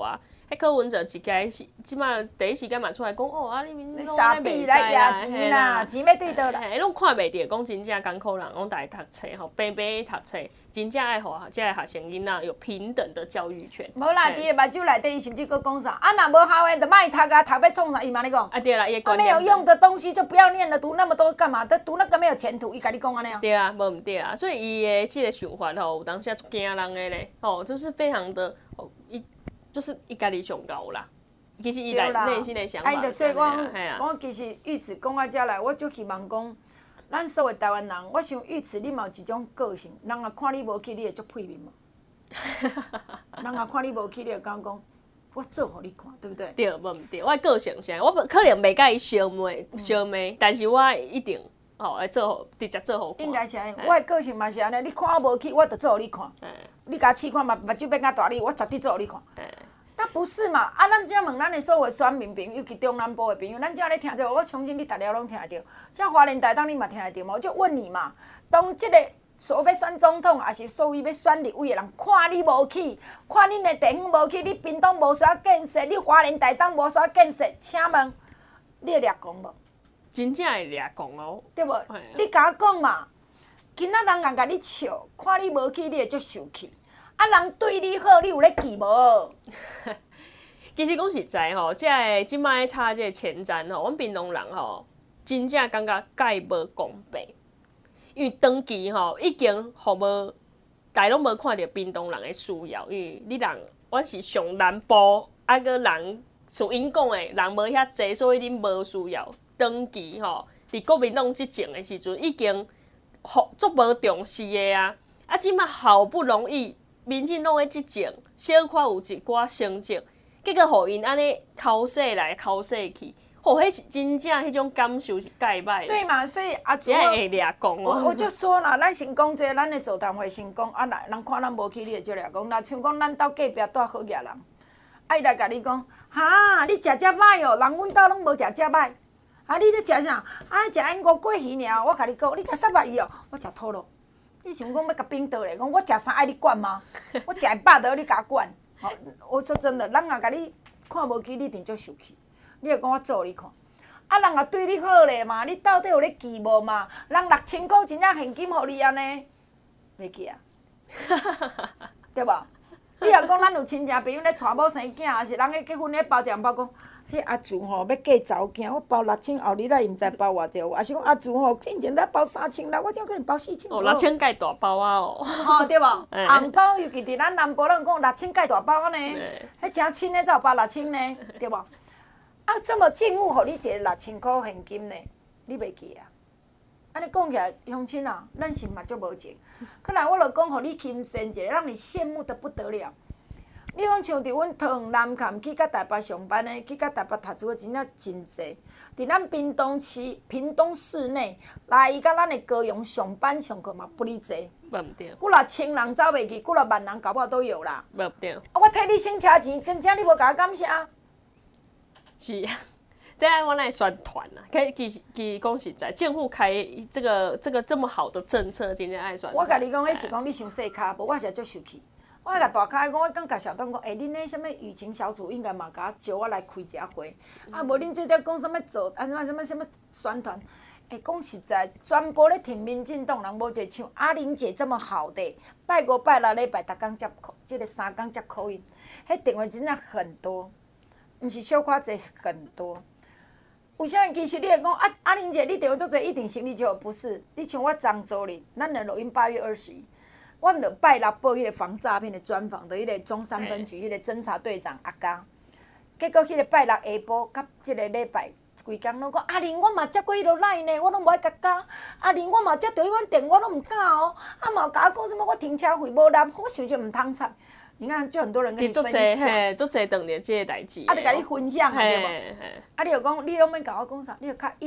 迄柯文哲一届即马第一时间嘛出来讲哦，啊你民众傻逼来压钱啦，钱要对倒来。 拢看袂着，讲真正艰苦人拢来读册吼，白白读册，真正爱互即个学生囡仔有平等的教育权。 无啦，伫个目睭内底，伊甚至佫讲啥？啊，若无效诶，就莫读啊，读要创啥？伊嘛咧讲。 啊对啦，伊观没有用的东西就不要念了，读那么多干嘛？读那个没有前途，伊甲你讲安尼啊？ 对啊，无毋对啊，所以伊的即个想法吼，有当时足惊人的咧，吼，就是非常的，就是伊家己上高啦。其实伊内心的想法。 所以我其实玉慈讲到遮来，我就希望讲，咱所有台湾人，我想玉慈你嘛有一种个性，人也看你无起，你会足配面嘛。人也看你无起，你会讲，我做互你看，对不对？ 对，无毋对，我个性啥，我可能袂甲伊相骂，但是我一定会做，直接做互看。 应该是安尼，我的个性嘛是安尼，你看我无起，我就做互你看。你甲试看嘛，目睭变甲大你，我绝对做互你看。但不是嘛？啊，咱只问咱的所有选民朋友，尤其中南部的朋友，咱只咧听着，我相信你大家拢听得到。像花莲台东，你嘛听得到嘛？我就问你嘛，当即个所有要选总统，还是所有要选立委的人，看你无起，看恁的地方无起，你屏东无啥建设，你花莲台东无啥建设，请问你会掠光无？ 真正会掠光哦， 对无？你甲我讲嘛，今仔人甲你笑，看你无起，你会足受气。啊，人对你好，你有咧记无？ 其实讲实在吼，即摆插即个前瞻吼，阮屏东人吼，真正感觉甲伊无公平。因为长期吼已经互无，大家拢无看到屏东人的需要，因为你人我是上南部，啊个人像因讲的，人无遐济，所以恁无需要。长期吼，伫国民党执政的时阵，已经足无重视的啊！啊，即摆好不容易。民进党的执政，小可有一寡成绩，结果互因安尼考试来考试去，迄是真正迄种感受是介歹。 对嘛，所以阿竹会掠讲哦。 我就说啦，咱先讲这，咱的座谈会先讲，啊，人看咱无起，你会就掠讲。若像讲咱兜隔壁住好野人，啊，伊来甲你讲，哈，你食遮歹哦，人阮兜拢无食遮歹。啊，你咧食啥？啊，食因乌过鱼尔。我甲你讲，你食三百鱼哦，我食吐咯。你想讲要甲冰倒咧？讲我食啥爱你管吗？我食会饱倒你甲我管。我说真的，人若甲你看无起，你一定足受气。你会讲我做你看，啊人也对你好咧嘛，你到底有咧记无嘛？人6000块真正现金互你安尼，袂记啊？对无？你若讲咱有亲戚朋友咧娶某生囝，还是人咧结婚咧包一红包讲。迄阿祖吼要嫁查某囝，我包6000，后日来伊毋知包偌济，还是讲阿祖吼之前才包3000啦，我怎可能包4000？ 哦，6000介大包啊哦！ 吼对无？红包尤其伫咱南部，咱讲6000介大包呢，迄真亲的才有包6000呢，对无？啊，这么近乎互你一个6000块现金呢，你袂记啊？安尼讲起来，乡亲啊，咱是嘛足无情。可能我著讲互你轻松一下，让你羡慕得不得了。你讲像伫阮桃南坎去甲台北上班的，去甲台北读书的真正真济。伫咱屏东市内，来伊甲咱的高雄上班上课嘛不离济。 无毋对。 几若千人走袂去，几若万人搞不好都有啦。 无毋对。 啊，我替你省车钱，真正你无甲我感谢。 是啊，等下我来宣传啊，其讲实在，政府开这个这么好的政策，真正爱宣传。 我甲你讲，迄是讲你伤细卡，无我是足受气。我甲大开讲，我讲甲小董讲，恁迄什么舆情小组应该嘛甲招我来开一下会，啊，无恁这条讲什么做啊什么宣传，讲实在，全部咧挺民进党人，无一个像阿玲姐这么好的，拜5拜6礼拜，逐工接即个3工接口音，迄电话真正很多，毋是小可济很多。为啥？其实你会讲阿玲姐，你电话做济一定心里就不是？你像我漳州哩，咱的录音8月21。我著拜6报迄个防诈骗的专访，著迄个中山分局迄个侦查队长阿嘉。结果迄个拜6下晡，甲即个礼拜规工拢讲阿玲，我嘛接过迄落赖呢，我拢无爱甲加。阿玲，我嘛接到迄款电话，拢毋敢哦。啊嘛甲我讲什么我停车费无纳，我想着毋通睬。你看，就很多人跟你分享。 足侪当年即个代志。 啊，著甲你分享对无？啊，你著讲，你拢免甲我讲啥？你著较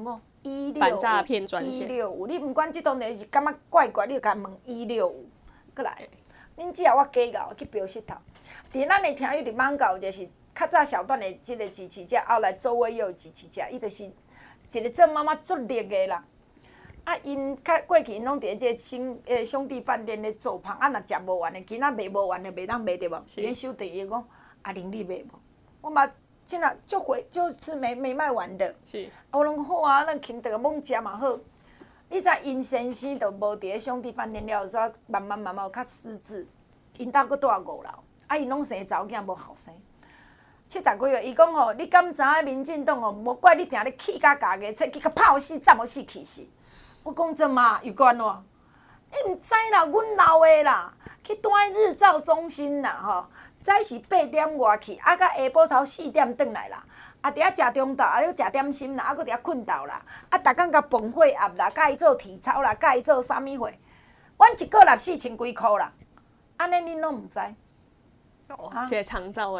105。 反诈骗专线 165，你毋管即当年是感觉怪怪，你就甲问165，过来。恁只要我假咬去标舌头。伫咱的听友伫网购，就是较早小段的即个支持者，后来周围又有支持者，伊就是一个做妈妈足力的啦。啊，因较过去因拢伫即个兄弟饭店咧做芳，啊，若食无完的，今仔卖无完的，袂当卖对无？伊收电伊讲， 阿玲你买无？我嘛真啊就是没卖完的。 是。 我拢好啊，咱轻得猛食嘛好。你知因先生就无伫咧兄弟饭店了，所以慢慢有较失智。因兜佫住5楼，啊因拢生查某囝无后生。70几岁，伊讲吼，你敢知影民进党吼，无怪你定咧气甲家己册去甲拍死、斩死、气死。我讲真嘛，又安怎？你毋知啦，阮老的啦，去住日照中心啦吼，早是8点外去，啊，到下晡超4点转来啦。啊，伫遐食中昼，啊，伫食点心啦，啊，搁伫遐困觉啦，啊，逐工甲崩血压啦，甲伊做体操啦，甲伊做啥物货？阮一个月4000几箍啦，安尼恁拢毋知？ 这长照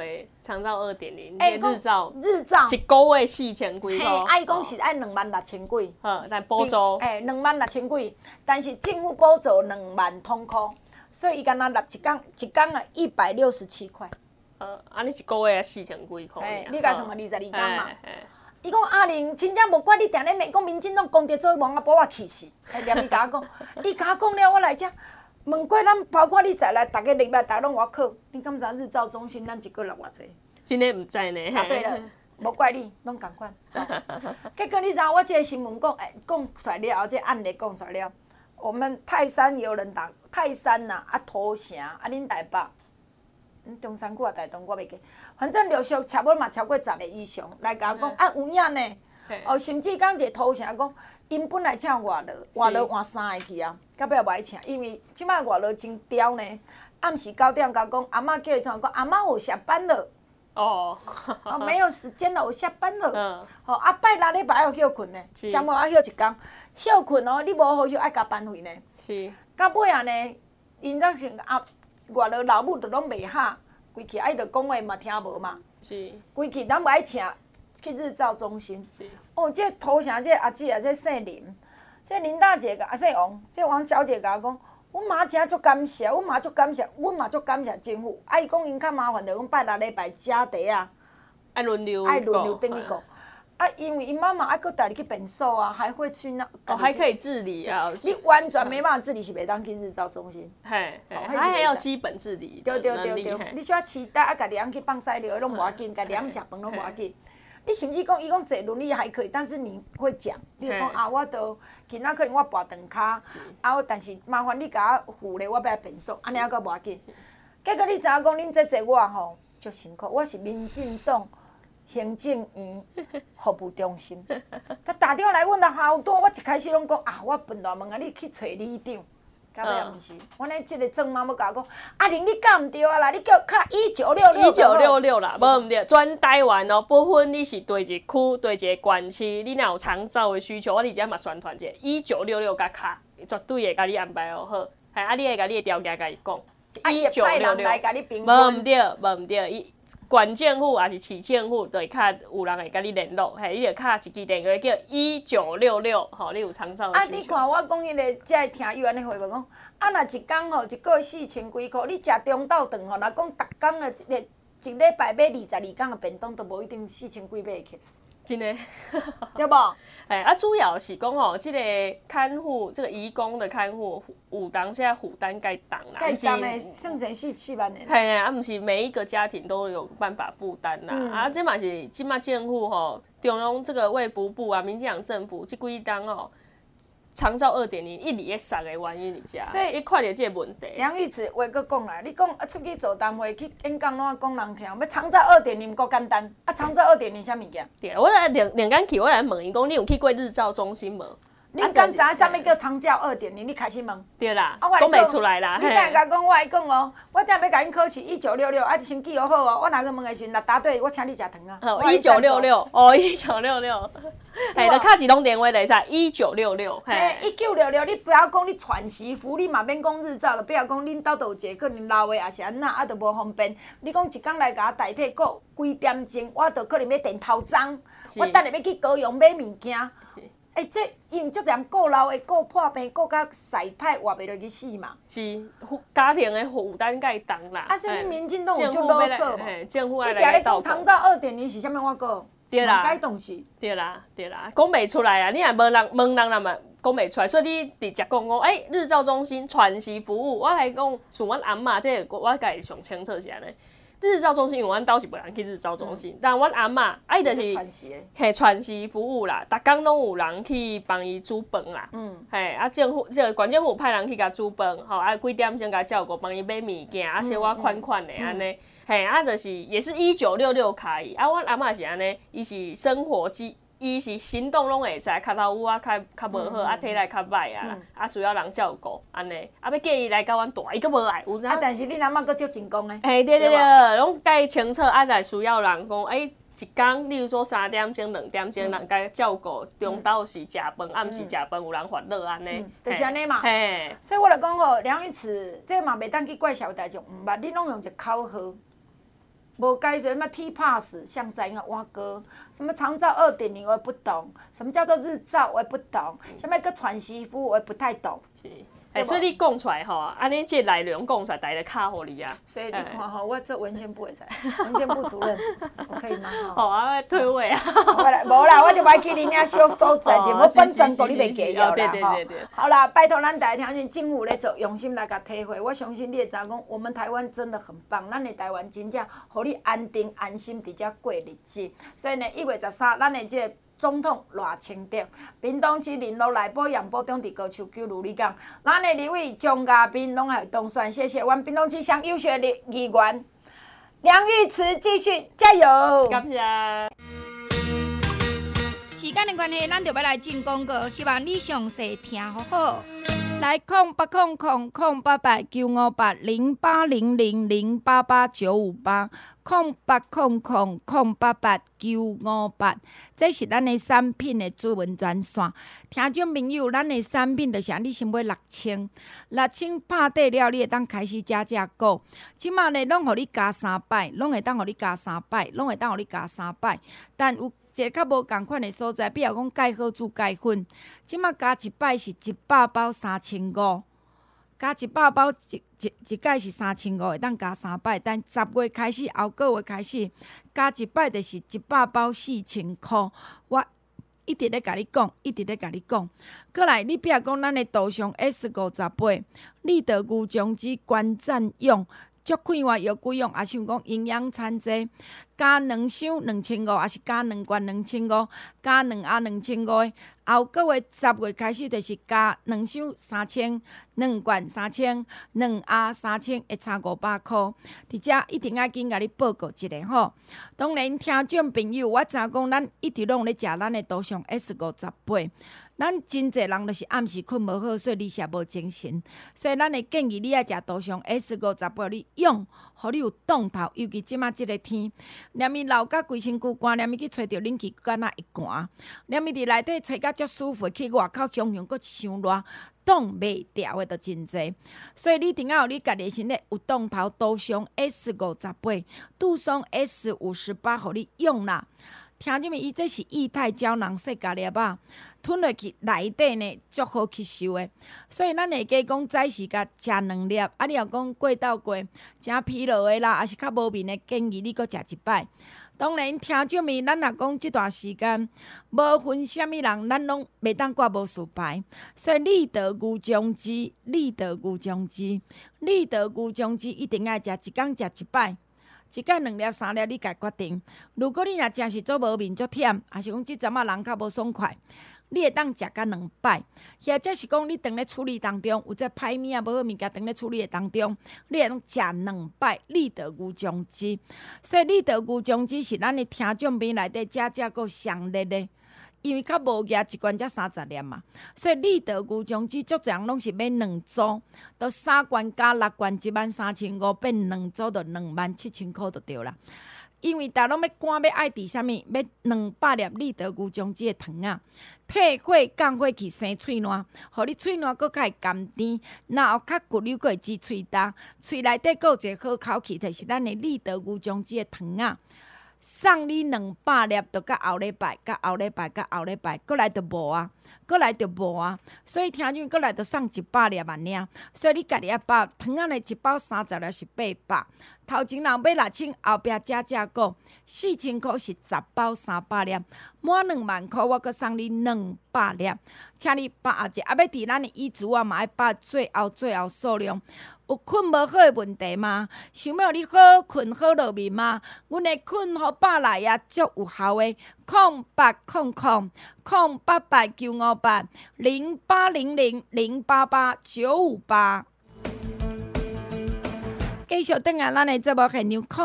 2.0，日照一个月4000几箍。 嘿，啊，伊讲是爱26000几。 但补助 26000几，但是政府补助2万通箍，所以伊敢若纳一工啊167块。 你一个月4000几箍。 你甲算22工嘛？伊讲阿玲，真正无怪你定咧骂讲民进党公敌做王啊，把我气死。连伊甲我讲，伊甲我讲了，我来遮。问过咱，包括你在内，逐个礼拜逐拢外考，你敢知日照中心咱一个月偌济？ 真诶毋知呢。 答对了，无怪你，拢共款。结果你知影我即个新闻讲出来了后，这案例讲出来了，我们泰山有人打泰山呐，土城恁台北，中山区台东我袂记，反正陆续差不多嘛超过10个以上来甲我讲有影呢。甚至讲一个土城讲。因本来请外劳换3个去啊，到尾也无爱请，因为即摆外劳真刁呢。暗时9点甲讲，阿嬷叫伊创讲，阿嬷我下班了。没有时间了，我下班了。拜6礼拜要休困呢，上午要休1工，休困哦，你无好休爱加班费呢。 是。 到尾啊呢，因则是外劳老母就拢袂哈，规气伊就讲话嘛听无嘛。 是。 规气咱无爱请。去日照中心，这土城这阿姊啊，这姓林，这林大姐甲姓王，这王小姐甲我讲，阮妈真足感谢，阮嘛足感谢政府。伊讲因较麻烦，就讲拜6礼拜加茶啊， 爱轮流等你讲。因为因妈妈搁带你去变瘦啊，还会去那。 还可以自理啊。 你完全没办法自理是袂当去日照中心。 还要基本自理。 对，你需要期待家己去放屎尿拢无要紧，家己食饭拢无要紧。你甚至讲，伊讲坐轮椅还可以，但是你会讲，你会讲我都今仔可能我跋长骹，但是麻烦你甲我扶咧，我要变瘦，安尼还阁无要紧。结果你知影讲，恁这坐我吼足辛苦，我是民进党行政院服务中心，他打电话来阮的好多，我一开始拢讲我本来问你去找里长。到尾也毋是，阮咧即个郑妈要甲我讲，阿玲你教毋对啊啦，你叫卡1966 啦，无毋对，全台湾哦，不分你是对一个区、对一个县市，你若有长照的需求，我伫遮嘛宣传者，1966甲卡，绝对会甲你安排好，你会甲你的条件甲伊讲。 1966， 无毋对，伊县政府也是市政府，就会较有人会甲你联络，你就敲一支电话叫1966，你有长照的需求。 你看我讲迄个，才会听幼安尼回复讲，若一工吼，一个月4000几箍，你食中昼顿吼，若讲逐工的一礼拜买22工的便当，都无一定4000几买起。 真的， 对无？ 主要是讲吼，这个看护，这个移工的看护，有当下负担该重啦， 该重的算成4万年。 毋是每一个家庭都有办法负担啦。这嘛是即马政府吼，中央这个卫福部啊，民进党政府这几档吼。长照2.0一直咧杀的原因伫遮，所以伊看到这个问题。 梁玉慈话佫讲来，你讲出去做单位去演讲，拢讲人听，要长照2.0够简单，长照2.0啥物件？ 对，我来两间去，我来问伊讲，你有去过日照中心无？ 你敢知啥物叫长照2.0？你开始问。 对啦，讲袂出来啦。 你等下甲讲，我来讲哦，我等下要甲恁考试1966，先记好哦。我若去问的时阵，若答对，我请你食糖啊。 1966，1966。就敲一通电话就使1966。 1966，你不要讲你喘息服，你嘛免讲日照，就比如讲恁兜有一个可能老的也是安那，就无方便。你讲一工来甲我代替，搁几点钟，我就可能要电头章，我等下要去高雄买物件。这因足侪人顾老的、顾破病、顾甲晒太活袂落去死嘛。 是家庭的负担介重啦。 所以你民进党有足啰嗦嘛？ 政府爱来讲长照2.0是啥物？我讲对啦， 改动是。 对啦，讲袂出来啊！你若无人问人，嘛讲袂出来。所以你直接讲日照中心全时服务，我来讲，像阮阿嬷，这我家己上清楚是安尼。 日照中心，因为阮兜是无人去日照中心，但阮阿嬷伊就是传习服务啦，逐工拢有人去帮伊煮饭啦。政府县政府派人去甲煮饭，几点钟甲照顾，帮伊买物件，小可款款的安尼。就是也是1966开，阮阿嬷是安尼，伊是生活伊是行动拢会使，脚头有较无好，体力较歹啊，需要人照顾安尼，要叫伊来甲阮住，伊阁无来。 但是恁阿嬷阁足成功诶。 对，拢介清楚，才需要人讲，一工，例如说3点钟、2点钟，人甲照顾，中昼是食饭，暗时食饭，有人烦恼安尼。 就是安尼嘛。所以我就讲吼，梁玉慈，这嘛袂当去怪小大众，毋捌你拢用一个口号。无解说什么 T-Pass 像在那挖哥，什么长照2.0我也不懂，什么叫做日照我也不懂，什么个传媳妇我也不太懂。 所以你讲出来吼，安尼这内容讲出来，大家卡互你啊。 所以你看吼，我做文宣部会使，文宣部主任，我可以吗？ 好啊，退位啊。 无啦，我就歹去恁遐小所在，就我本全国你袂记了啦吼。好啦，拜托咱大家听，政府咧做，用心来甲体会。我相信你会知影讲，我们台湾真的很棒，咱的台湾真正互你安定安心伫遮过日子。所以呢，1月13，咱的这个总统赖清德，屏东市林路内埔杨埔中伫高树桥如你讲，咱的立委蒋家彬拢会当选，谢谢阮屏东市上优秀的议员梁玉慈，继续加油！ 感谢。 时间的关系，咱就要来进广告，希望你详细听好好。 来0800-088-958，0800-088-958，这是咱的产品的主文专线。听众朋友，咱的产品就是你先买6000拍底了，你会当开始食股。即马呢，拢互你加3摆，拢会当互你加3摆，但有一个较无共款的所在，比如讲钙好珠钙粉，即马加1摆是100包3500，加100包一摆是3500，会当加3摆。但10月开始，后个月开始，加1摆就是100包4000块。我一直咧甲你讲，过来，你比如讲咱的杜尚 S50杯，立德牛浆汁关赞用。足快活又贵用，也是讲营养餐济，加2箱2500，也是加2罐2500，加2盒2500的。后个月10月开始，就是加2箱3000， 2罐3000， 2盒3000，会差500块。伫遮一定要紧甲你报告一下吼。当然，听众朋友，我知影讲咱一直拢咧食咱的杜尚 S50杯。咱真侪人就是暗时困无好，所以你也无精神。所以咱会建议你爱食杜尚 S50杯，你用，互你有动头。尤其即马即个天，连伊流甲规身躯寒，连伊去吹着冷气，敢若会寒。连伊伫内底吹甲足舒服，去外口香香，阁伤热，挡袂牢的，就真侪。所以你一定要有你家己身体有动头，杜尚 S50杯，杜尚 S58，互你用啦。听什么？伊这是液态胶囊细胶粒啊，吞落去内底呢，足好吸收的。所以咱会加讲早时甲食2粒，你若讲过到过，真疲劳的啦，还是较无眠的，建议你阁食1摆。当然，听众们，咱若讲即段时间，无分啥物人，咱拢袂当挂无事牌。所以立德牛浆汁一定要食，一工食1摆。一工2粒3粒，你家决定。如果你若真是做无眠、做忝，还是讲即阵仔人较无爽快，你会当食甲2摆。或者是讲你当咧处理当中，有这歹物啊、无好物件当咧处理的当中，你会当食2摆立德牛浆汁。所以立德牛浆汁是咱的听众朋友内底食个上热的。因为较无价一罐才30粒嘛，所以立德牛浆汁足侪人拢是买2组，都3罐加6罐13500，变2组就27000块就对啦。因为大家拢要赶要爱伫啥物，要200粒立德牛浆汁的糖啊，退火降火气生喙烂，互你喙烂搁较会甘甜，然后较骨溜搁会止喙焦，喙内底搁有一个好口气，就是咱的立德牛浆汁的糖啊。送你200粒，就到后礼拜，搁来就无啊。 过来就无啊。所以听讲过来就送100粒啊尔，所以你家己要包糖仔呢，1包30粒是800。头前人买6000，后壁加购4000块是10包300粒，满2万块我阁送你200粒，请你把握者。啊，要伫咱的遗嘱啊嘛，要把最后数量。有困无好的问题吗？想要你好困好落眠吗？阮的困好饱来啊，足有效的，0800-0800-0800-088-958。继续等下咱的节目现场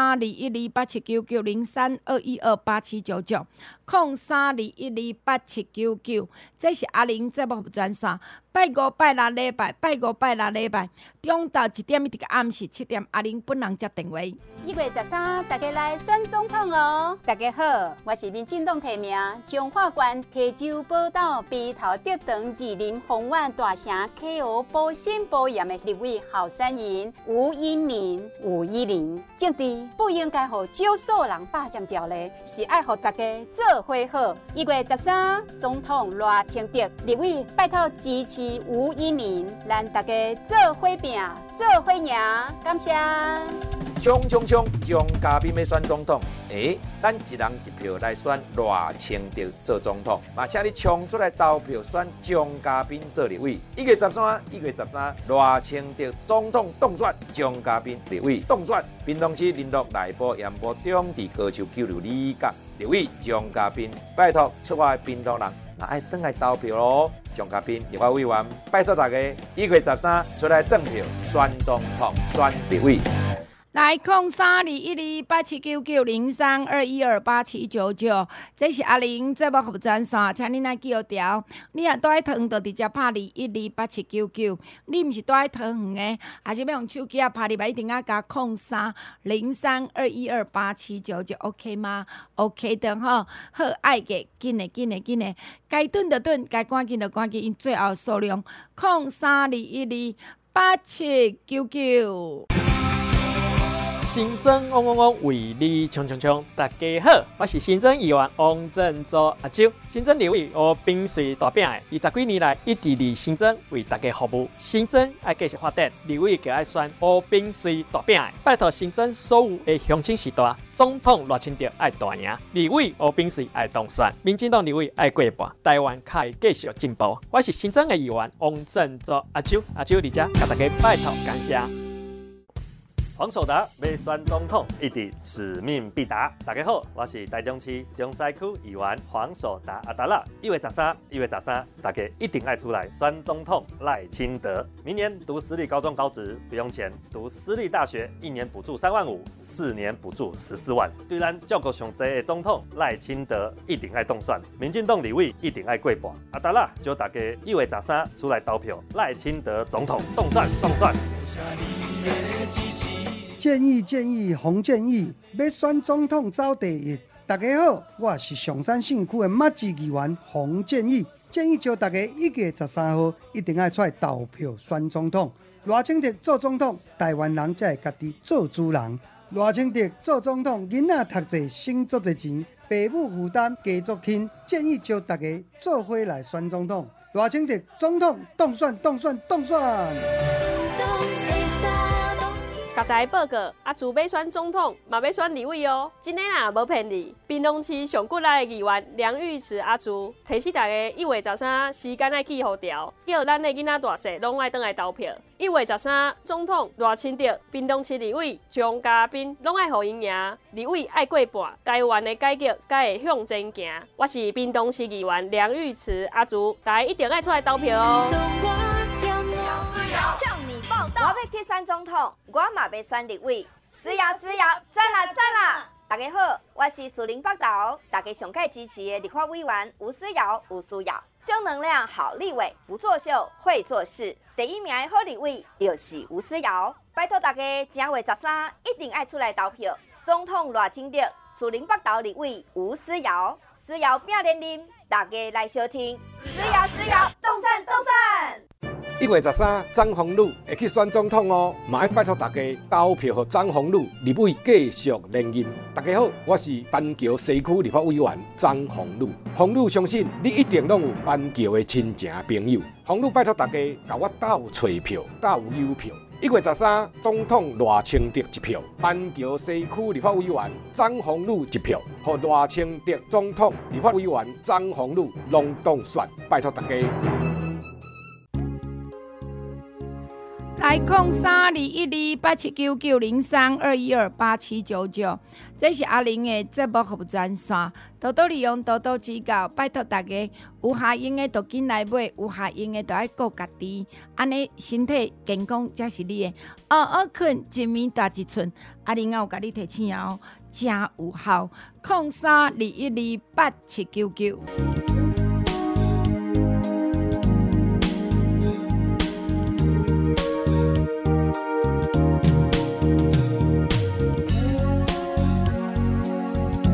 ，0321287990，0321287990，这是阿玲节目专线。拜5拜6礼拜，中昼1点一直到暗时7点，阿玲本人接电话。 1月13，大家来选总统哦！大家好，我是民进党提名彰化县溪州宝岛鼻头竹塘二林红苑大城 KO 保心保严的立委候选人吴依林，政治不应该让少数人霸占条例，是爱让大家做伙好。1月13，总统赖清德立委拜托支持吴依林，咱大家做伙拼，做伙赢，感谢。 冲！蒋家彬要选总统，咱一人一票来选赖清德做总统，嘛，请你冲出来投票选蒋家彬做立委。1月13，赖清德总统当选，蒋家彬立委当选。屏东市林鹿内埔盐埔中地高球9路里角立委蒋家彬，拜托出我的屏东人，那爱转来投票咯。蒋家彬立法委员，拜托大家1月13出来投票选总统、选立委。 来0321287990，0321287999，这是阿玲节目服务专线，请恁来记好条。你若住喺桃园，就直接拍21287999；你毋是住喺桃园的，还是要用手机啊拍入来，一定要加030321287999，OK 吗 ？OK 的吼，好爱嘅，紧的，该顿就顿，该赶紧就赶紧，因最后数量0321287999。 新增嗡嗡嗡，为你冲！大家好，我是新增议员王振洲阿周。新增立委我秉随大饼的，20几年来一直伫新增为大家服务。新增爱继续发展，立委就爱选我秉随大饼的，拜托新增所有的乡亲时代，总统赖清德爱大赢，立委我秉随爱当选，民进党立委爱过半，台湾可以继续进步。我是新增的议员王振洲阿周伫遮，甲大家拜托感谢。 黄守达要选总统，一直使命必达。大家好，我是台中市中西区议员黄守达阿达拉。1月13，大家一定爱出来选总统赖清德。明年读私立高中高职不用钱，读私立大学1年补助3万5，4年补助14万。对咱照顾上济的总统赖清德一定爱当选，民进党立委一定爱过半。阿达拉叫大家1月13出来投票，赖清德总统当选。 建议洪建议要选总统走第一。大家好，我是上山信义区的马志议员洪建议叫大家1月13号一定要出来投票选总统。赖清德做总统，台湾人才会家己做主人。赖清德做总统，囡仔读册省足侪钱，父母负担加足轻。建议叫大家做伙来选总统。赖清德总统当选。 甲大家报告，阿朱要选总统，嘛要选立委哦。真诶啦，无骗你。屏东市上骨力的议员梁玉慈阿朱，提醒大家1月13时间爱记好条，叫咱的囡仔大细拢爱倒来投票。1月13总统赖清德，屏东市立委蒋家彬拢爱互因赢，立委爱过半，台湾的改革才会向前行。我是屏东市议员梁玉慈阿朱，大家一定爱出来投票哦。 向你报道，我要去选总统，我嘛要选立委，是呀，赞啦！大家好，我是士林北投大家上届支持的立法委员吴思瑶，正能量好立委，不作秀会做事，第1名的好立委就是吴思瑶。拜托大家正月13一定爱出来投票，总统赖清德，士林北投立委吴思瑶拼连任，大家来相挺，思瑶，动算。 1月13张宏宇会去选总统哦，嘛要拜托大家投票给张宏宇立委继续连任。大家好，我是板桥西区立法委员张宏宇。宏宇相信你一定拢有板桥的亲情朋友。宏宇拜托大家甲我斗找票，斗邮票。1月13总统赖清德1票，板桥西区立法委员张宏宇1票，和赖清德总统立法委员张宏宇拢当选，拜托大家。 来032128799032128799，这是阿玲的节目服务专线，多多利用，多多指教，拜托大家有下用的就紧来买，有下用的就要顾家己，安尼身体健康才是你的。嗷嗷困，一暝大一寸，阿玲有甲你提醒哦，真有效。0321287990。